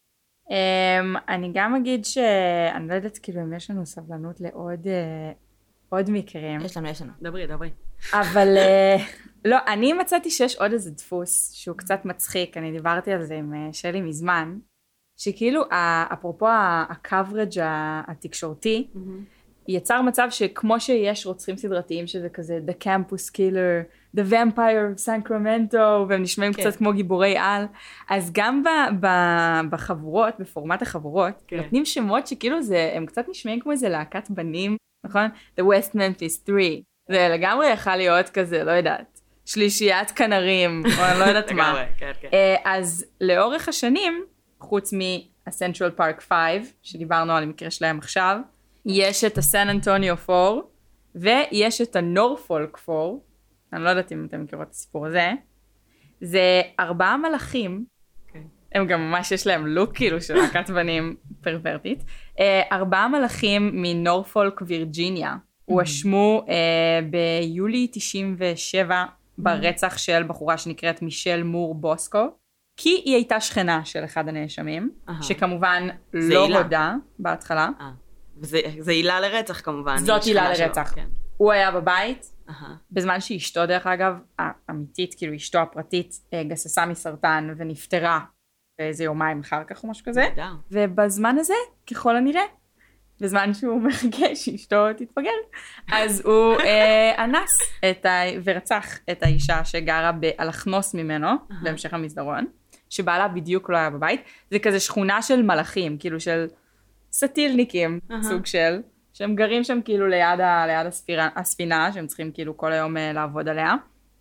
Um, אני גם אגיד שאני לא יודעת כאילו אם יש לנו סבלנות לעוד uh, עוד מקרים. יש לנו, יש לנו. דברי, דברי. אבל uh, לא, אני מצאתי שיש עוד איזה דפוס שהוא קצת מצחיק, אני דיברתי על זה עם uh, שלי מזמן, שכאילו אפרופו הקוורג' התקשורתי, mm-hmm. יצר מצב שכמו שיש רוצחים סדרתיים שזה כזה The Campus Killer, The Vampire of Sacramento, והם נשמעים כן. קצת כמו גיבורי על, אז גם ב- ב- בחבורות, בפורמט החבורות, כן. נותנים שמות שכאילו זה, הם קצת נשמעים כמו איזה להקת בנים, נכון? The West Memphis three, זה לגמרי יכול להיות כזה, לא יודעת, שלישיית כנרים, או אני לא יודעת מה. כן, כן. אז לאורך השנים, חוץ מה-Central Park five, שדיברנו על המקרה שלהם עכשיו, יש את הסן אנטוניו פור, ויש את הנורפולק פור, אני לא יודעת אם אתם מכירות את הסיפור הזה, זה ארבעה מלאכים, okay. הם גם ממש יש להם לוק כאילו של להקת בנים פרוורטית, ארבעה מלאכים מנורפולק וירג'יניה, הואשמו ביולי תשעים ושבע ברצח של בחורה שנקראת מישל מור בוסקו, כי היא הייתה שכנה של אחד הנאשמים, שכמובן לא הודה בהתחלה, וזה, זה עילה לרצח כמובן. זאת עילה לרצח. כן. הוא היה בבית, uh-huh. בזמן שאשתו דרך אגב, האמיתית, כאילו אשתו הפרטית, גססה מסרטן ונפטרה באיזה יומיים אחר כך או משהו כזה. נדע. ובזמן הזה, ככל הנראה, בזמן שהוא מחכה שאשתו תתפגר, אז הוא אה, אנס את ה... ורצח את האישה שגרה באלכנוס ממנו, uh-huh. בהמשך המסדרון, שבעלה בדיוק לא היה בבית. זה כזה שכונה של מלאכים, כאילו של... סטילניקים, uh-huh. סוג של, שהם גרים שם כאילו ליד, ה, ליד הספירה, הספינה, שהם צריכים כאילו כל היום uh, לעבוד עליה.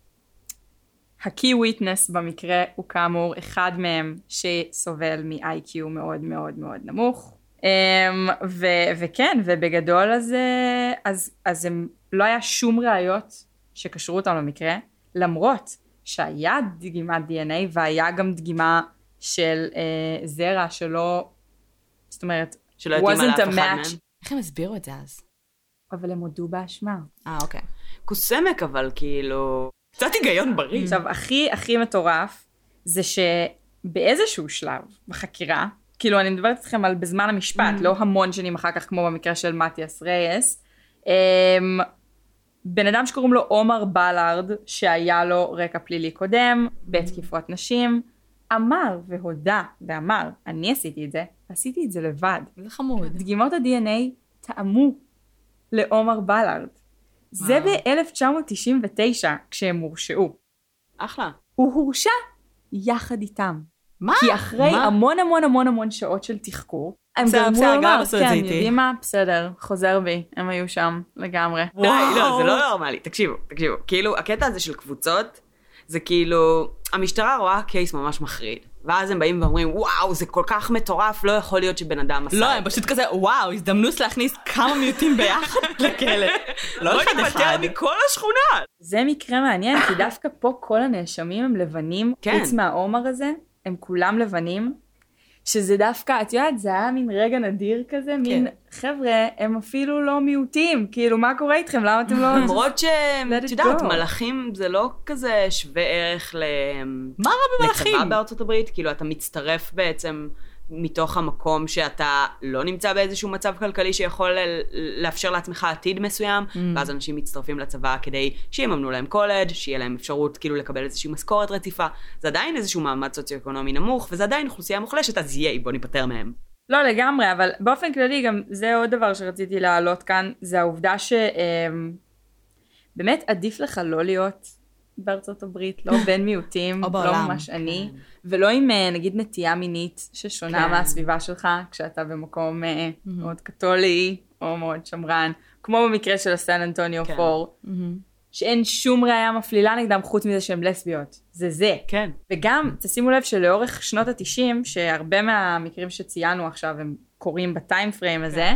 ה-key witness במקרה הוא כאמור אחד מהם שסובל מ-איי קיו מאוד מאוד מאוד נמוך. Um, ו- וכן, ובגדול אז, אז, אז הם, לא היה שום ראיות שקשרו אותם למקרה, למרות שהיה דגימת די אן איי והיה גם דגימה של uh, זרע שלא, זאת אומרת, שלא יודעים על אף אחד מהם. איך הם הסבירו את זה אז? אבל הם הודו באשמה. אה, אוקיי. קוסמק אבל כאילו, קצת היגיון בריא. עכשיו, הכי הכי מטורף, זה שבאיזשהו שלב בחקירה, כאילו אני מדברת אתכם על בזמן המשפט, לא המון שנים אחר כך כמו במקרה של מתיאס רייס, בן אדם שקוראים לו עומר בלארד, שהיה לו רקע פלילי קודם, בתקיפות נשים, אמר והודע ואמר, אני עשיתי את זה, עשיתי את זה לבד. זה חמוד. דגימות ה-די אן איי טעמו לעומר בלארד. זה ב-אלף תשע מאות תשעים ותשע כשהם הורשעו. אחלה. הוא הורשע יחד איתם. מה? כי אחרי מה? המון המון המון המון שעות של תחקור, הם גרמו לומר, כן, יודעים מה? בסדר, חוזר בי, הם היו שם לגמרי. די, לא, זה לא נורמלי. תקשיבו, תקשיבו. כאילו, הקטע הזה של קבוצות, זה כאילו, המשטרה רואה קייס ממש מחריד. ואז הם באים ואומרים, וואו, זה כל כך מטורף, לא יכול להיות שבן אדם עשה. לא, הם פשוט כזה, וואו, הזדמנות להכניס כמה מיעוטים ביחד לכלא. לא אחד אחד. בוא מכל השכונה. זה מקרה מעניין, כי דווקא פה כל הנאשמים הם לבנים, חוץ מהעומר הזה, הם כולם לבנים, שזה דווקא, את יודעת, זה היה מין רגע נדיר כזה, מין, חבר'ה, הם אפילו לא מיעוטים, כאילו, מה קורה איתכם? למה אתם לא... למרות שאת יודעת, מלאכים זה לא כזה שווה ערך ל... מה רע במלאכים? לצבא בארצות הברית, כאילו, אתה מצטרף בעצם מתוך המקום שאתה לא נמצא באיזשהו מצב כלכלי שיכול לאפשר לעצמך עתיד מסוים, mm. ואז אנשים מצטרפים לצבא כדי שיממנו להם קולג', שיהיה להם אפשרות כאילו לקבל איזושהי משכורת רציפה. זה עדיין איזשהו מעמד סוציו-אקונומי נמוך, וזה עדיין אוכלוסייה מוחלשת, אז יהיה, בוא ניפטר מהם. לא לגמרי, אבל באופן כללי גם זה עוד דבר שרציתי להעלות כאן, זה העובדה שבאמת עדיף לך לא להיות בארצות הברית, לא בן מיעוטים, לא ממש אני, ולא עם נגיד נטייה מינית ששונה מהסביבה שלך, כשאתה במקום מאוד קתולי או מאוד שמרן, כמו במקרה של הסן אנטוניו פור, שאין שום ראיה מפלילה נגדם חוץ מזה שהם לסביות. זה זה. כן. וגם, תשימו לב שלאורך שנות ה-תשעים, שהרבה מהמקרים שציינו עכשיו הם קוראים בטיים פריים הזה,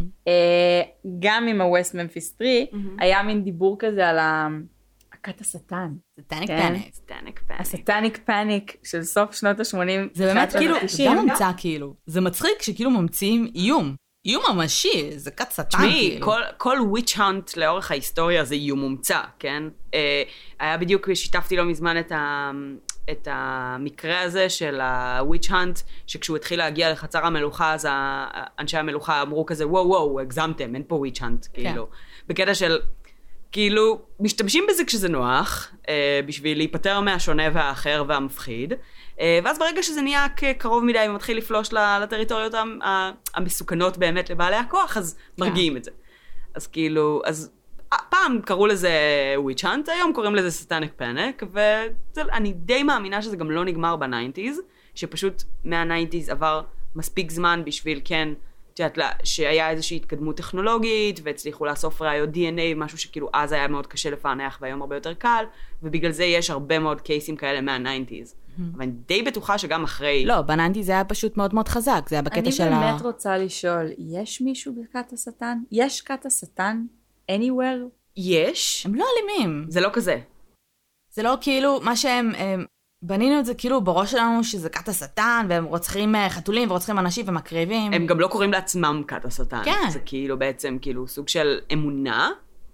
גם עם ה-West Memphis Three, היה מין דיבור כזה על ה... הכת השטן. סטניק פאניק. סטניק פאניק. הסטניק פאניק של סוף שנות ה-שמונים. זה באמת כאילו, זה גם ממצא כאילו. זה מצחיק שכאילו ממציאים איום. איום ממשי, זה כת שטן כאילו. תשמעי, כל וויץ' האנט לאורך ההיסטוריה זה איום מומצא, כן? היה בדיוק, שיתפתי לא מזמן את ה... את המקרה הזה של הוויץ' האנט, שכשהוא התחיל להגיע לחצר המלוכה, אז אנשי המלוכה אמרו כזה, וואו וואו, הגזמתם, אין פה וויץ' האנט, כאילו. בקטע של... כאילו, משתמשים בזה כשזה נוח, אה, בשביל להיפטר מהשונה והאחר והמפחיד, אה, ואז ברגע שזה נהיה קרוב מדי ומתחיל לפלוש לטריטוריות המסוכנות באמת לבעלי הכוח, אז מרגיעים את זה. אז כאילו, אז פעם קראו לזה וויץ' האנט, היום קוראים לזה סטניק פאניק, ואני די מאמינה שזה גם לא נגמר בניינטיז, שפשוט מהניינטיז עבר מספיק זמן בשביל כן, שהיה איזושהי התקדמות טכנולוגית, והצליחו לאסוף ראיות די אן איי, משהו שכאילו אז היה מאוד קשה לפענח, והיום הרבה יותר קל, ובגלל זה יש הרבה מאוד קייסים כאלה מה-ניינטיז. אבל אני די בטוחה שגם אחרי... לא, בניינטיז זה היה פשוט מאוד מאוד חזק, זה היה בקטע של ה... אני באמת רוצה לשאול, יש מישהו בכת השטן? יש כת השטן? anywhere? יש. הם לא אלימים. זה לא כזה. זה לא כאילו, מה שהם... הם... בנינו את זה כאילו בראש שלנו שזה כת השטן, והם רוצחים חתולים ורוצחים אנשים ומקריבים. הם גם לא קוראים לעצמם כת השטן. כן. זה כאילו בעצם כאילו סוג של אמונה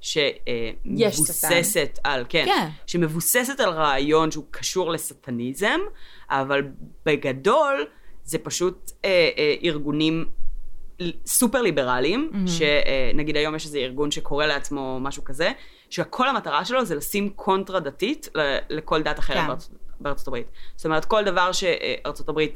שמבוססת על, כן, כן. שמבוססת על רעיון שהוא קשור לסטניזם, אבל בגדול זה פשוט אה, אה, ארגונים סופר ליברליים, mm-hmm. שנגיד היום יש איזה ארגון שקורא לעצמו משהו כזה, שכל המטרה שלו זה לשים קונטרה דתית לכל דת אחרת. כן. בארצות, בארצות הברית. זאת אומרת, כל דבר שארצות הברית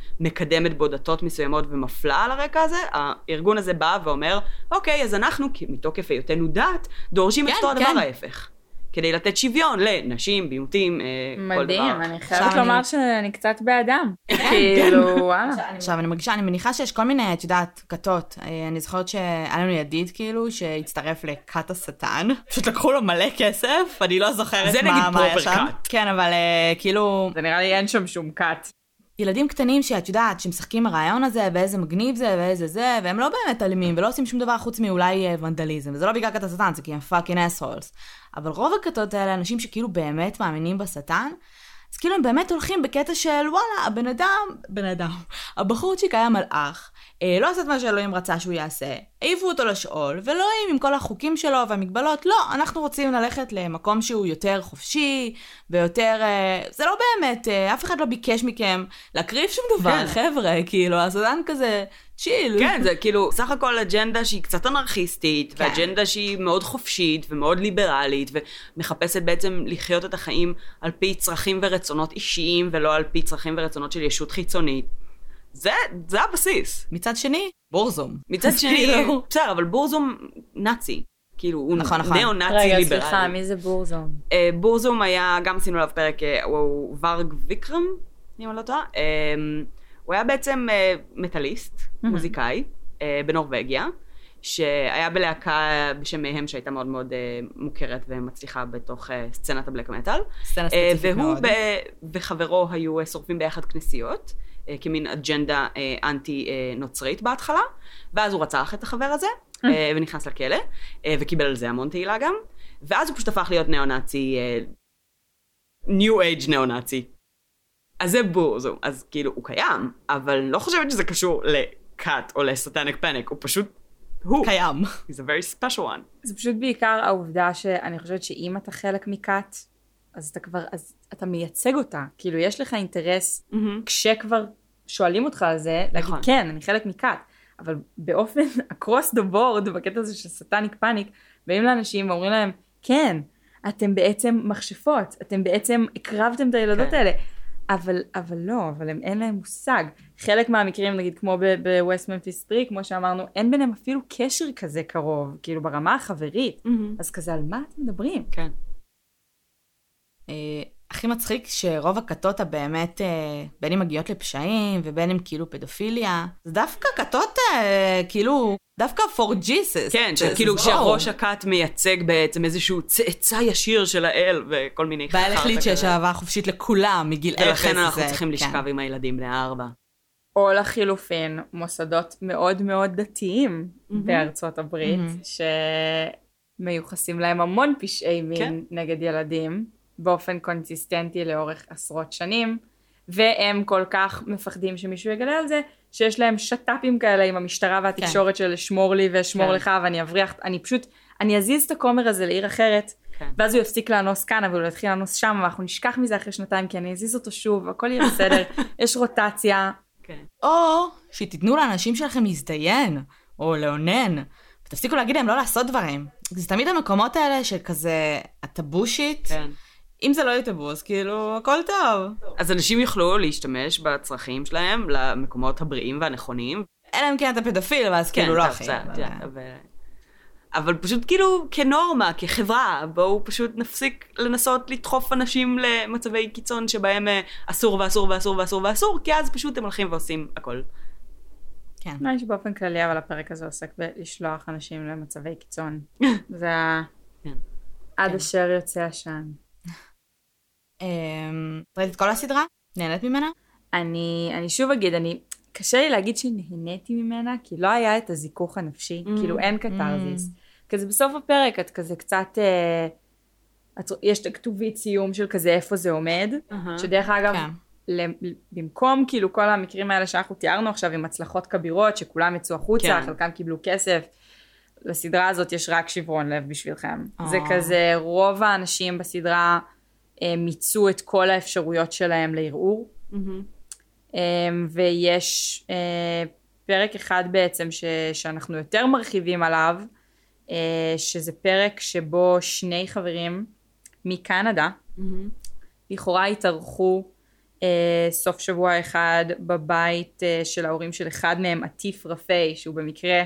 מקדמת בו דתות מסוימות ומפלה על הרקע הזה, הארגון הזה בא ואומר, אוקיי, אז אנחנו, מתוקף היותנו דת, דורשים כן, את אותו כן. הדבר ההפך. כדי לתת שוויון לנשים, בימותים, כל דבר. מדהים, אני חייבת לומר שאני קצת באדם. כאילו, וואלה. עכשיו, אני מרגישה, אני מניחה שיש כל מיני, את יודעת, כתות. אני זוכרת שהיה לנו ידיד, כאילו, שהצטרף לכת השטן. פשוט לקחו לו מלא כסף, אני לא זוכרת מה היה שם. כן, אבל כאילו... זה נראה לי אין שם שום כת. ילדים קטנים שאת יודעת, שמשחקים הרעיון הזה, ואיזה מגניב זה, ואיזה זה, והם לא באמת אלימים, ולא עושים שום דבר חוץ מאולי ונדליזם. וזה לא בגלל כת השטן, זה כי הם פאקינג אסהולס. אבל רוב הכתות האלה, אנשים שכאילו באמת מאמינים בשטן, אז כאילו הם באמת הולכים בקטע של, וואלה, הבן אדם, בן אדם, הבחורצ'יק היה מלאך, אה, לא עשה את מה שאלוהים רצה שהוא יעשה, העיפו אותו לשאול, ואלוהים עם כל החוקים שלו והמגבלות, לא, אנחנו רוצים ללכת למקום שהוא יותר חופשי, ויותר, אה, זה לא באמת, אה, אף אחד לא ביקש מכם להקריב שום דבר, כן. חבר'ה, כאילו, השטן כזה... צ'יל. כן, זה כאילו, סך הכל אג'נדה שהיא קצת אנרכיסטית, כן. ואג'נדה שהיא מאוד חופשית ומאוד ליברלית, ומחפשת בעצם לחיות את החיים על פי צרכים ורצונות אישיים, ולא על פי צרכים ורצונות של ישות חיצונית. זה, זה הבסיס. מצד שני, בורזום. מצד שני, בסדר, אבל בורזום נאצי. כאילו, הוא נכון, נכון. נאו-נאצי ליברלי. רגע, סליחה, מי זה בורזום? בורזום היה, גם עשינו עליו פרק, הוא ורג' ויקרם, אם אני לא טועה. הוא היה בעצם מטליסט, מוזיקאי, בנורווגיה, שהיה בלהקה בשם מהם שהייתה מאוד מאוד מוכרת ומצליחה בתוך סצנת הבלק מטל. סצנה ספציפית מאוד. והוא וחברו היו שורפים ביחד כנסיות, כמין אג'נדה אנטי נוצרית בהתחלה, ואז הוא רצח את החבר הזה, ונכנס לכלא, וקיבל על זה המון תהילה גם, ואז הוא פשוט הפך להיות נאו-נאצי, ניו אייג' נאו-נאצי. אז זה בורזום, אז כאילו הוא קיים, אבל אני לא חושבת שזה קשור לקאט או לסטניק פאניק, הוא פשוט, הוא קיים. He's a very special one. זה פשוט בעיקר העובדה שאני חושבת שאם אתה חלק מקאט, אז אתה כבר, אז אתה מייצג אותה, כאילו יש לך אינטרס, mm-hmm. כשכבר שואלים אותך על זה, להגיד נכון. כן, אני חלק מכת, אבל באופן, across the board, בקטע הזה של סטניק פאניק, באים לאנשים ואומרים להם, כן, אתם בעצם מכשפות, אתם בעצם הקרבתם את הילדות כן. האלה, אבל, אבל לא, אבל הם, אין להם מושג. חלק מהמקרים, נגיד, כמו בווסט ממפיס שלוש, כמו שאמרנו, אין ביניהם אפילו קשר כזה קרוב, כאילו ברמה החברית. Mm-hmm. אז כזה, על מה אתם מדברים? כן. אה, הכי מצחיק שרוב הכתות הבאמת, אה, בין אם מגיעות לפשעים ובין אם כאילו פדופיליה, זה דווקא כתות אה, כאילו, דווקא for Jesus. כן, שכאילו כשראש הכת מייצג בעצם איזשהו צאצא ישיר של האל וכל מיני והאל החליט שיש אהבה חופשית לכולם מגיל אפס. ולכן אנחנו זה, צריכים כן. לשכב עם הילדים בני ארבע. או לחילופין, מוסדות מאוד מאוד דתיים Mm-hmm. בארצות הברית, Mm-hmm. שמיוחסים להם המון פשעי מין כן. נגד ילדים, באופן קונסיסטנטי לאורך עשרות שנים, והם כל כך מפחדים שמישהו יגלה על זה, שיש להם שטאפים כאלה עם המשטרה והתקשורת של שמור לי ושמור כן. לך, ואני אבריח, אני פשוט, אני אזיז את הכומר הזה לעיר אחרת, כן. ואז הוא יפסיק לאנוס כאן, אבל הוא יתחיל לאנוס שם, ואנחנו נשכח מזה אחרי שנתיים, כי אני אזיז אותו שוב, הכל יהיה בסדר, יש רוטציה. כן. או שתיתנו לאנשים שלכם להזדיין, או לאונן, ותפסיקו להגיד להם לא לעשות דברים. זה תמיד המקומות האלה שכזה, הטבושית, כן. אם זה לא יהיה טבו, אז כאילו, הכל טוב. אז אנשים יוכלו להשתמש בצרכים שלהם למקומות הבריאים והנכונים. אלא אם כן אתה פדופיל, ואז כאילו לא טוב, הכי. זה, אבל- זה, אבל... אבל פשוט כאילו כנורמה, כחברה, בואו פשוט נפסיק לנסות לדחוף אנשים למצבי קיצון שבהם אה, אסור ואסור ואסור ואסור ואסור, כי אז פשוט הם הולכים ועושים הכל. כן. נראה לי שבאופן כללי, אבל הפרק הזה עוסק בלשלוח אנשים למצבי קיצון. זה ה... כן. עד אשר יוצא עשן. אמ, ראית את כל הסדרה? נהנית ממנה? אני, אני שוב אגיד, אני, קשה לי להגיד שנהניתי ממנה, כי לא היה את הזיכוך הנפשי, Mm. כאילו אין קטרזיס. כזה בסוף הפרק את כזה קצת, אה, את, יש את הכתובית סיום של כזה איפה זה עומד, אהה. שדרך אגב, כן. ל- במקום כאילו כל המקרים האלה שאנחנו תיארנו עכשיו עם הצלחות כבירות, שכולם יצאו החוצה, כן. חלקם קיבלו כסף, לסדרה הזאת יש רק שברון לב בשבילכם. אה. זה כזה, רוב האנשים בסדרה אה, מיצו את כל האפשרויות שלהם לערעור, מהמם. אה, ויש אה, פרק אחד בעצם ש, שאנחנו יותר מרחיבים עליו, אה, שזה פרק שבו שני חברים מקנדה, מהמם. לכאורה התארחו אה, סוף שבוע אחד בבית אה, של ההורים של אחד מהם, עטיף רפאי, שהוא במקרה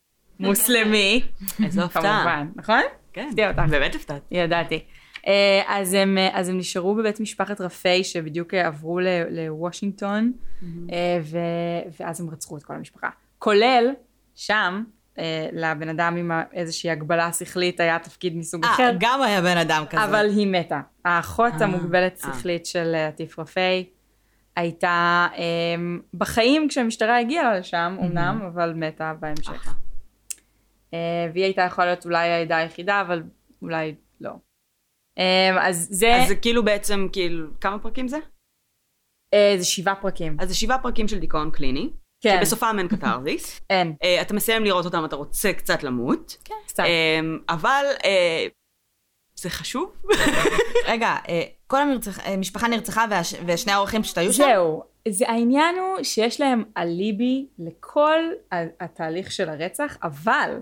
מוסלמי. איזו הפתעה. כמובן, נכון? כן, הפתיע אותך. באמת הפתעת. ידעתי. אה, אז הם, אה, אז הם נשארו בבית משפחת רפאי, שבדיוק אה, עברו ל- לוושינגטון, אה, ו- ואז הם רצחו את כל המשפחה. כולל שם, אה, לבן אדם עם ה- איזושהי הגבלה שכלית היה תפקיד מסוג אחר. אה, גם היה בן אדם כזה. אבל היא מתה. האחות אה, המוגבלת אה. שכלית של אה, עטיף רפאי הייתה אמ, בחיים כשהמשטרה הגיעה לשם, אמנם, אבל מתה בהמשך. אחלה. אה, והיא הייתה יכולה להיות אולי העדה היחידה, אבל אולי לא. אמ, אז זה, אז זה כאילו בעצם, כאילו, כמה פרקים זה? אה, זה שבעה פרקים. אז זה שבעה פרקים של דיכאון קליני, כן, שבסופם אין קטרזיס. אין, אה, אתה מסיים לראות אותם, אתה רוצה קצת למות. קצת. אה, אבל אה, זה חשוב. רגע, אה, כל המשפחה נרצחה והש- ושני האורחים פשוט היו שם? זהו, זה העניין הוא שיש להם אליבי לכל ה- התהליך של הרצח, אבל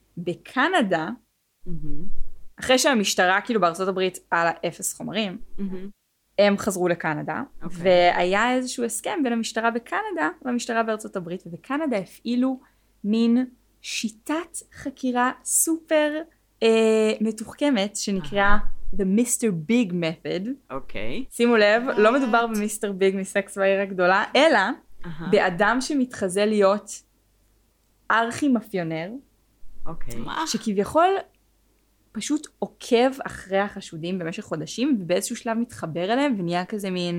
בקנדה, מהמם. אחרי שהמשטרה כאילו בארצות הברית על האפס חומרים, מהמם. הם חזרו לקנדה, אוקיי. והיה איזשהו הסכם בין המשטרה בקנדה למשטרה בארצות הברית, ובקנדה הפעילו מין שיטת חקירה סופר אה, מתוחכמת, שנקרא The מיסטר Big Method. אוקיי. שימו לב, לא מדובר במיסטר ביג מסקס בעיר הגדולה, אלא אהה. באדם שמתחזה להיות ארכי מאפיונר, אוקיי. מה? שכביכול פשוט עוקב אחרי החשודים במשך חודשים, ובאיזשהו שלב מתחבר אליהם, ונהיה כזה מין,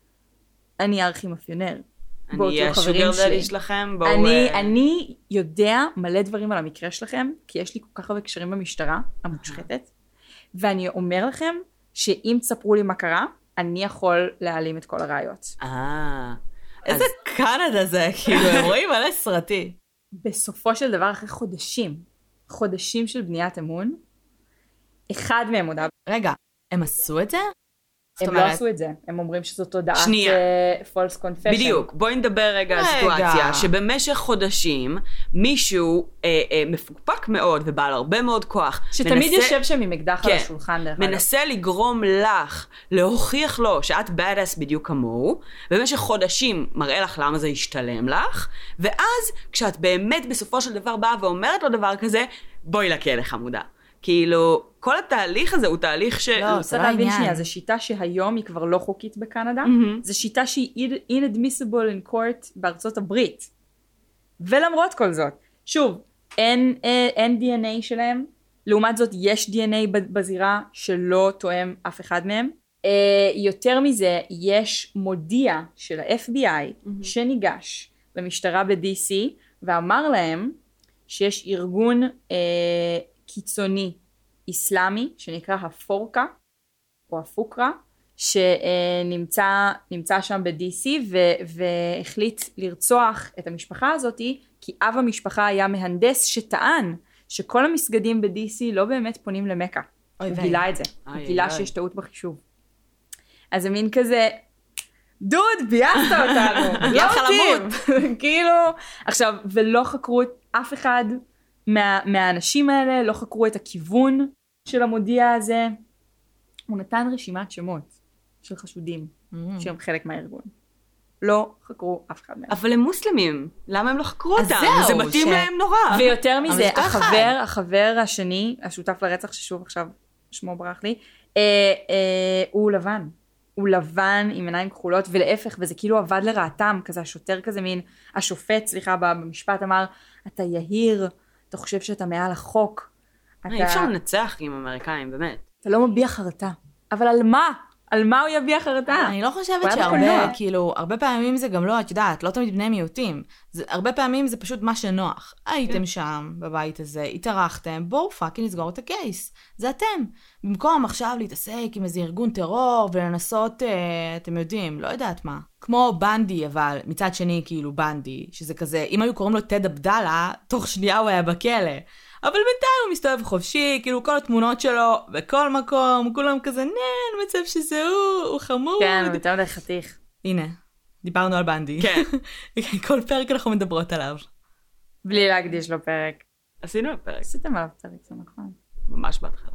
אני ארכי מאפיונר. בואו אני תהיו אהיה חברים שוגר שלי. דדי שלכם, בואו... אני, אה, אני יודע מלא דברים על המקרה שלכם, כי יש לי כל כך הרבה קשרים במשטרה המושחתת, ואני אומר לכם שאם תספרו לי מה קרה, אני יכול להעלים את כל הראיות. אה. איזה קנדה זה, כאילו, הם רואים מלא סרטי. בסופו של דבר, אחרי חודשים, חודשים של בניית אמון, אחד מהם הודה, רגע, הם עשו את זה? הם לא עשו את זה, הם אומרים שזו תודעת false confession. בדיוק, בואי נדבר רגע על סיטואציה, שבמשך חודשים מישהו אה, אה, מפוקפק מאוד ובעל הרבה מאוד כוח. שתמיד מנסה, יושב שם עם אקדח כן, על השולחן דרך אגב. מנסה לגרום לך, להוכיח לו שאת badass בדיוק כמוהו, במשך חודשים מראה לך למה זה ישתלם לך, ואז כשאת באמת בסופו של דבר באה ואומרת לו דבר כזה, בואי לכלא חמודה. כאילו, כל התהליך הזה הוא תהליך ש... לא, זה לא עניין. זו שיטה שהיום היא כבר לא חוקית בקנדה. Mm-hmm. זו שיטה שהיא inadmissible in court בארצות הברית. ולמרות כל זאת, שוב, אין, אין די אן איי שלהם. לעומת זאת, יש די אן איי בזירה שלא תואם אף אחד מהם. יותר מזה, יש מודיע של ה-אף בי איי mm-hmm. שניגש למשטרה ב-די סי, ואמר להם שיש ארגון... אה, קיצוני איסלאמי שנקרא הפורקה או הפוקרה שנמצא נמצא שם ב-די סי והחליט לרצוח את המשפחה הזאת כי אב המשפחה היה מהנדס שטען שכל המסגדים ב-די סי לא באמת פונים למקה. הוא גילה את זה, הוא גילה שיש טעות בחישוב. אז זה מין כזה דוד בייסת אותנו, לא אותים כאילו עכשיו ולא חקרו אף אחד מה, מהאנשים האלה, לא חקרו את הכיוון של המודיע הזה. הוא נתן רשימת שמות של חשודים mm. שהם חלק מהארגון. לא חקרו אף אחד מהם. אבל הם מוסלמים, למה הם לא חקרו אותם? זה מתאים ש... להם נורא. ויותר מזה, החבר, החבר השני, השותף לרצח ששוב עכשיו שמו ברח לי, אה, אה, הוא לבן. הוא לבן עם עיניים כחולות ולהפך, וזה כאילו עבד לרעתם, כזה השוטר כזה מין, השופט, סליחה, במשפט אמר, אתה יהיר, אתה חושב שאתה מעל החוק. אי אפשר לנצח עם אמריקאים, באמת. אתה לא מביע חרטה. אבל על מה? על מה הוא יביע חרטה? אני לא חושבת שהרבה, כאילו, הרבה פעמים זה גם לא, את יודעת, לא תמיד בני מיעוטים. הרבה פעמים זה פשוט מה שנוח. הייתם שם, בבית הזה, התארחתם, בואו פאקינג נסגור את הקייס. זה אתם. במקום עכשיו להתעסק עם איזה ארגון טרור ולנסות, אתם יודעים, לא יודעת מה. כמו בנדי, אבל מצד שני, כאילו, בנדי, שזה כזה, אם היו קוראים לו טד אבדלה, תוך שנייה הוא היה בכלא. אבל בינתיים הוא מסתובב חופשי, כאילו כל התמונות שלו בכל מקום, כולם כזה, נן, מצב שזה הוא, הוא חמוד. כן, הוא יותר לחתיך. הנה, דיברנו על בנדי. כן. כל פרק אנחנו מדברות עליו. בלי להקדיש לו פרק. עשינו פרק. עשיתם עליו פרק, זה נכון. ממש בהתחלה.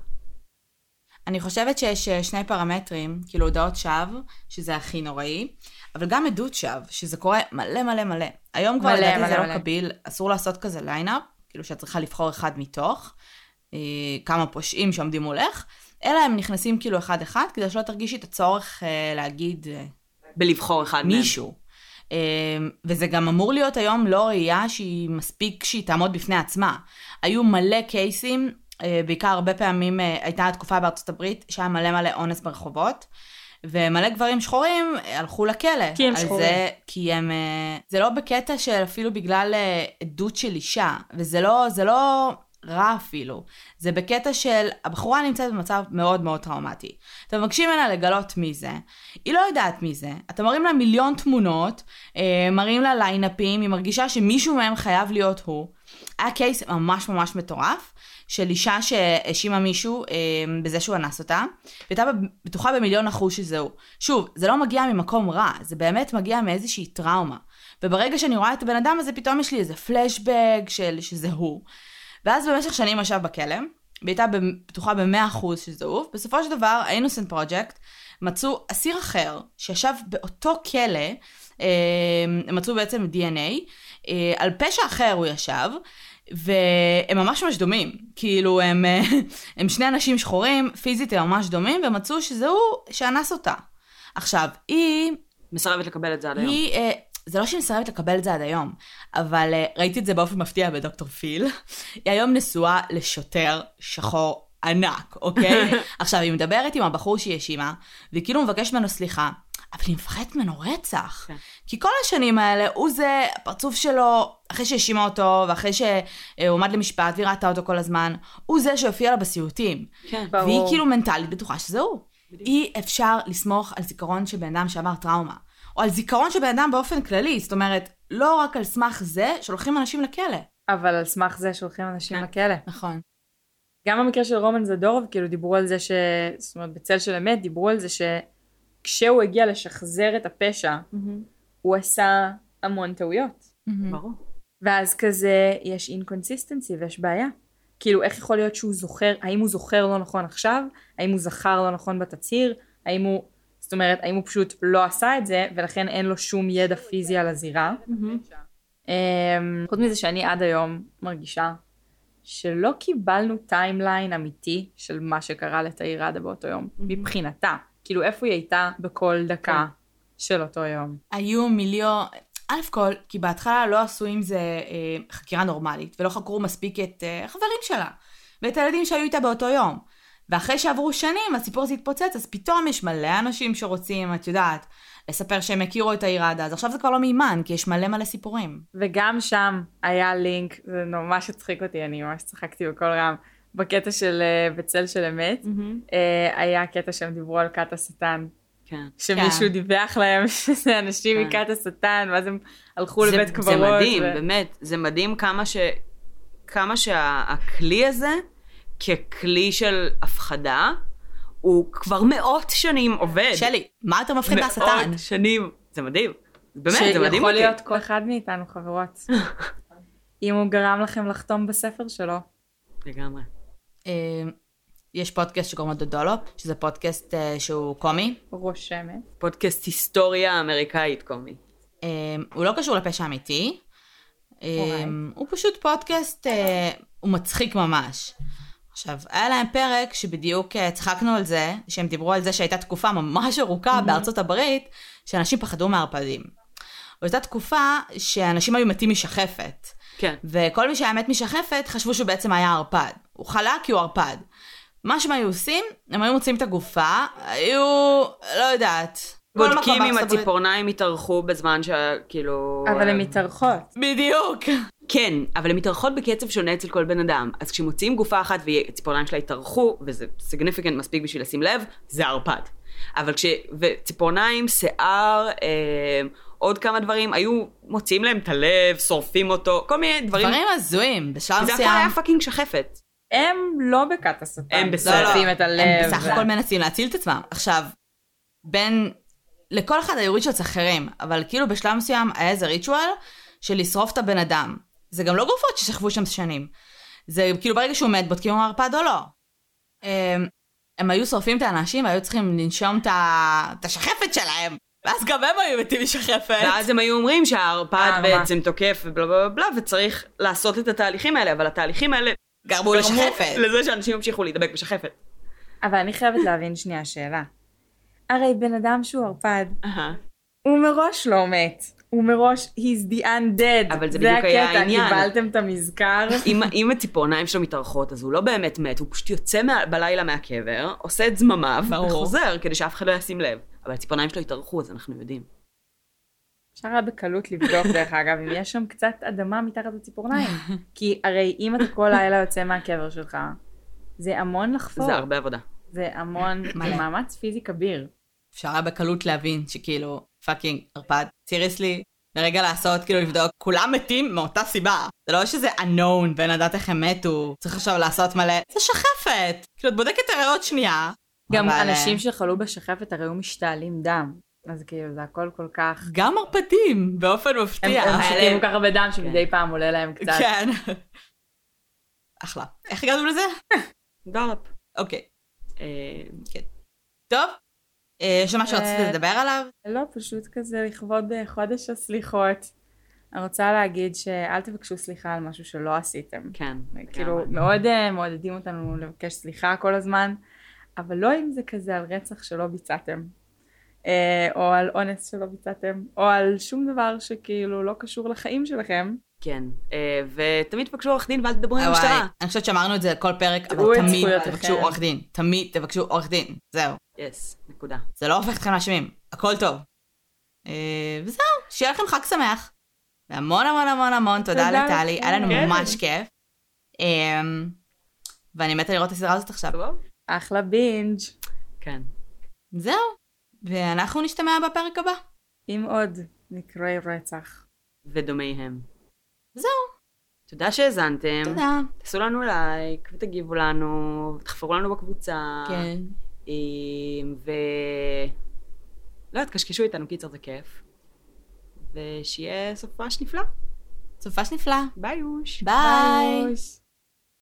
אני חושבת שיש שני פרמטרים, כאילו הודעות שווא, שזה הכי נוראי, אבל גם עדות שווא, שזה קורה מלא מלא מלא. היום כבר לדעתי זה לא קביל, אסור לעשות כזה ליינאפ, כאילו שאת צריכה לבחור אחד מתוך, אה, כמה פושעים שעומדים מולך, אלא הם נכנסים כאילו אחד אחד, כדי שלא תרגישי את הצורך אה, להגיד... אה, בלבחור אחד מישהו. אה, וזה גם אמור להיות היום לא ראייה שהיא מספיק שהיא תעמוד בפני עצמה. היו מלא קייסים, אה, בעיקר הרבה פעמים אה, הייתה התקופה בארצות הברית, שהיה מלא מלא אונס ברחובות, ומלא גברים שחורים הלכו לכלא. כי הם שחורים. זה, כי הם, זה לא בקטע של אפילו בגלל עדות של אישה, וזה לא, זה לא רע אפילו. זה בקטע של, הבחורה נמצאת במצב מאוד מאוד טראומטי. אתם מבקשים ממנה לגלות מי זה. היא לא יודעת מי זה. אתם מראים לה מיליון תמונות, מראים לה ליינאפים, היא מרגישה שמישהו מהם חייב להיות הוא. היה קייס ממש ממש מטורף, של אישה שהאשימה מישהו אה, בזה שהוא אנס אותה, והייתה בטוחה במיליון אחוז שזהו. שוב, זה לא מגיע ממקום רע, זה באמת מגיע מאיזושהי טראומה. וברגע שאני רואה את הבן אדם הזה, פתאום יש לי איזה פלשבג של שזה הוא. ואז במשך שנים ישב בכלא, והייתה בטוחה ב-מאה אחוז שזהו. בסופו של דבר, ה-Innocent Project מצאו אסיר אחר, שישב באותו כלא, אה, מצאו בעצם די אן איי, אה, על פשע אחר הוא ישב, והם ממש ממש דומים, כאילו הם, הם שני אנשים שחורים, פיזית הם ממש דומים, ומצאו שזהו שאנס אותה. עכשיו, היא... מסרבת לקבל את זה עד היום. היא, זה לא שהיא מסרבת לקבל את זה עד היום, אבל ראיתי את זה באופן מפתיע בדוקטור פיל. היא היום נשואה לשוטר שחור ענק, אוקיי? עכשיו, היא מדברת עם הבחור שהיא האשימה, והיא כאילו מבקשת ממנו סליחה, אבל היא מפחדת ממנו רצח. כן. כי כל השנים האלה, הוא זה, הפרצוף שלו, אחרי שהאשימה אותו, ואחרי שהוא עומד למשפט, והיא ראתה אותו כל הזמן, הוא זה שהופיע לה בסיוטים. כן, והיא ברור. כאילו מנטלית בטוחה שזה הוא. בדיוק. אי אפשר לסמוך על זיכרון של בן אדם שעבר טראומה, או על זיכרון של בן אדם באופן כללי, זאת אומרת, לא רק על סמך זה שולחים אנשים לכלא. אבל על סמך זה שולחים אנשים כן. לכלא. נכון. גם במקרה של רומן זדורוב, כאילו דיברו על זה ש... זאת אומרת, בצל של אמת, דיברו על זה ש... כשהוא הגיע לשחזר את הפשע, הוא עשה המון טעויות. ברור. ואז כזה יש אינקונסיסטנסי ויש בעיה. כאילו איך יכול להיות שהוא זוכר, האם הוא זוכר לא נכון עכשיו, האם הוא זכר לא נכון בתצהיר, האם הוא, זאת אומרת, האם הוא פשוט לא עשה את זה, ולכן אין לו שום ידע פיזי על הזירה. חוץ מזה שאני עד היום מרגישה שלא קיבלנו טיימליין אמיתי של מה שקרה לתאיר ראדה באותו יום, מבחינתה. כאילו איפה היא הייתה בכל דקה של אותו יום. היו מיליון, א' כל, כי בהתחלה לא עשו עם זה אה, חקירה נורמלית, ולא חקרו מספיק את אה, החברים שלה, ואת הילדים שהיו איתה באותו יום. ואחרי שעברו שנים, הסיפור הזה התפוצץ, אז פתאום יש מלא אנשים שרוצים, את יודעת, לספר שהם הכירו את העיר ראדה, אז עכשיו זה כבר לא מימן, כי יש מלא מלא סיפורים. וגם שם היה לינק, זה ממש הצחיק אותי, אני ממש צחקתי בכל רם, בקטע של uh, בצל של אמת, mm-hmm. uh, היה קטע שהם דיברו על כת השטן. כן. שמישהו כן. דיווח להם שזה אנשים כן. מכת השטן, ואז הם הלכו זה, לבית קברות. זה מדהים, ו... באמת, זה מדהים כמה, ש... כמה שהכלי הזה, ככלי של הפחדה, הוא כבר מאות שנים עובד. שלי, מה אתה מפחיד מהשטן? מאות שנים, זה מדהים. באמת, זה מדהים שיכול אותי. להיות כל אחד מאיתנו חברות. אם הוא גרם לכם לחתום בספר שלו. לגמרי. יש פודקאסט שקוראים לו דודולופ, שזה פודקאסט שהוא קומי. רושמת. פודקאסט היסטוריה אמריקאית קומי. הוא לא קשור לפשע אמיתי. הוא פשוט פודקאסט, הוא מצחיק ממש. עכשיו, היה להם פרק שבדיוק צחקנו על זה, שהם דיברו על זה שהייתה תקופה ממש ארוכה בארצות הברית, שאנשים פחדו מהערפדים. הייתה תקופה שאנשים היו מתים משחפת. כן. וכל מי שהיה מת משחפת חשבו שהוא בעצם היה ערפד. הוא חלה כי הוא ערפד. מה שהם היו עושים, הם היו מוצאים את הגופה, היו, לא יודעת. בודקים אם הציפורניים התארחו בזמן שכאילו... אבל הן מתארחות. בדיוק. כן, אבל הן מתארחות בקצב שונה אצל כל בן אדם. אז כשמוצאים גופה אחת והציפורניים שלה התארחו, וזה significant מספיק בשביל לשים לב, זה ערפד. אבל כש... וציפורניים, שיער, אה, עוד כמה דברים, היו מוציאים להם את הלב, שורפים אותו, כל מיני דברים. דברים הזויים, בשלב מסוים. זה הכל היה פאקינג שחפת. הם לא בכת השטן. הם בסדר. שורפים את הלב. הם בסך הכל מנסים להציל את עצמם. עכשיו, בין... לכל אחד היו ריצ'ואלס אחרים, אבל כאילו בשלב מסוים היה איזה ריצ'ואל של לשרוף את הבן אדם. זה גם לא גופות ששכבו שם שנים. זה כאילו ברגע שהוא מת, בודקים אם הוא ערפד או לא. הם, הם היו שורפים את האנשים, היו צריכים לנשום את השחפת שלהם. ואז גם הם היו מתים משחפת. ואז הם היו אומרים שהערפד בעצם תוקף ובלה בלה בלה, וצריך לעשות את התהליכים האלה, אבל התהליכים האלה גרמו לשחפת. לזה שאנשים המשיכו להידבק בשחפת. אבל אני חייבת להבין שנייה שאלה. הרי בן אדם שהוא ערפד, uh-huh. הוא מראש לא מת. הוא מראש, he's the undead. אבל זה בדיוק היה העניין. זה הקטע, קיבלתם את המזכר. אם, אם הציפורניים שלו מתארחות, אז הוא לא באמת מת, הוא פשוט יוצא מה, בלילה מהקבר, עושה את זממיו, וחוזר, כדי שאף אחד לא ישים לב. אבל הציפורניים שלו התארחו, אז אנחנו יודעים. אפשר היה בקלות לבדוק דרך אגב, אם יש שם קצת אדמה מתחת לציפורניים. כי הרי אם אתה כל לילה יוצא מהקבר שלך, זה המון לחפור. זה הרבה עבודה. זה המון, זה מאמץ פיזי כביר. אפשר היה בקלות להבין שכאילו, פאקינג, ערפד, סיריסלי, לרגע לעשות, כאילו לבדוק, כולם מתים מאותה סיבה. זה לא שזה unknown, ואין לדעת איך הם מתו, צריך עכשיו לעשות מלא, זה שחפת. כאילו, את בודקת הריאות שנייה. גם אבל... אנשים שחלו בשחפת הרי הוא משתעלים דם. אז כאילו, זה הכל כל כך... גם ערפדים, באופן מפתיע. הם שותים כל כך הרבה דם שמדי פעם עולה להם קצת. כן. אחלה. איך הגענו לזה? דולפ. אוקיי. כן. טוב. יש משהו שרציתי לדבר עליו? לא, פשוט כזה לכבוד חודש הסליחות. אני רוצה להגיד שאל תבקשו סליחה על משהו שלא עשיתם. כן. כאילו, מאוד מעודדים אותנו לבקש סליחה כל הזמן, אבל לא אם זה כזה על רצח שלא ביצעתם, או על אונס שלא ביצעתם, או על שום דבר שכאילו לא קשור לחיים שלכם. כן, ותמיד תבקשו עורך דין ואל תדברו עם המשטרה. אני חושבת שאמרנו את זה כל פרק, אבל תמיד תבקשו עורך דין. תמיד תבקשו עורך דין. זהו. יס, נקודה. זה לא הופך אתכם לאשמים. הכל טוב. וזהו, שיהיה לכם חג שמח. והמון המון המון המון תודה לטלי. היה לנו ממש כיף. ואני מתה לראות את הסדרה הזאת עכשיו. אחלה בינג'. כן. זהו. ואנחנו נשתמע בפרק הבא. עם עוד מקרי רצח. ודומיהם. זהו. תודה שהזנתם. תודה. תעשו לנו לייק ותגיבו לנו, ותחפרו לנו בקבוצה. כן. ו... לא, תקשקשו איתנו, קיצר זה כיף. ושיהיה סופש נפלא. סופש נפלא. ביי יוש. ביי. ביי.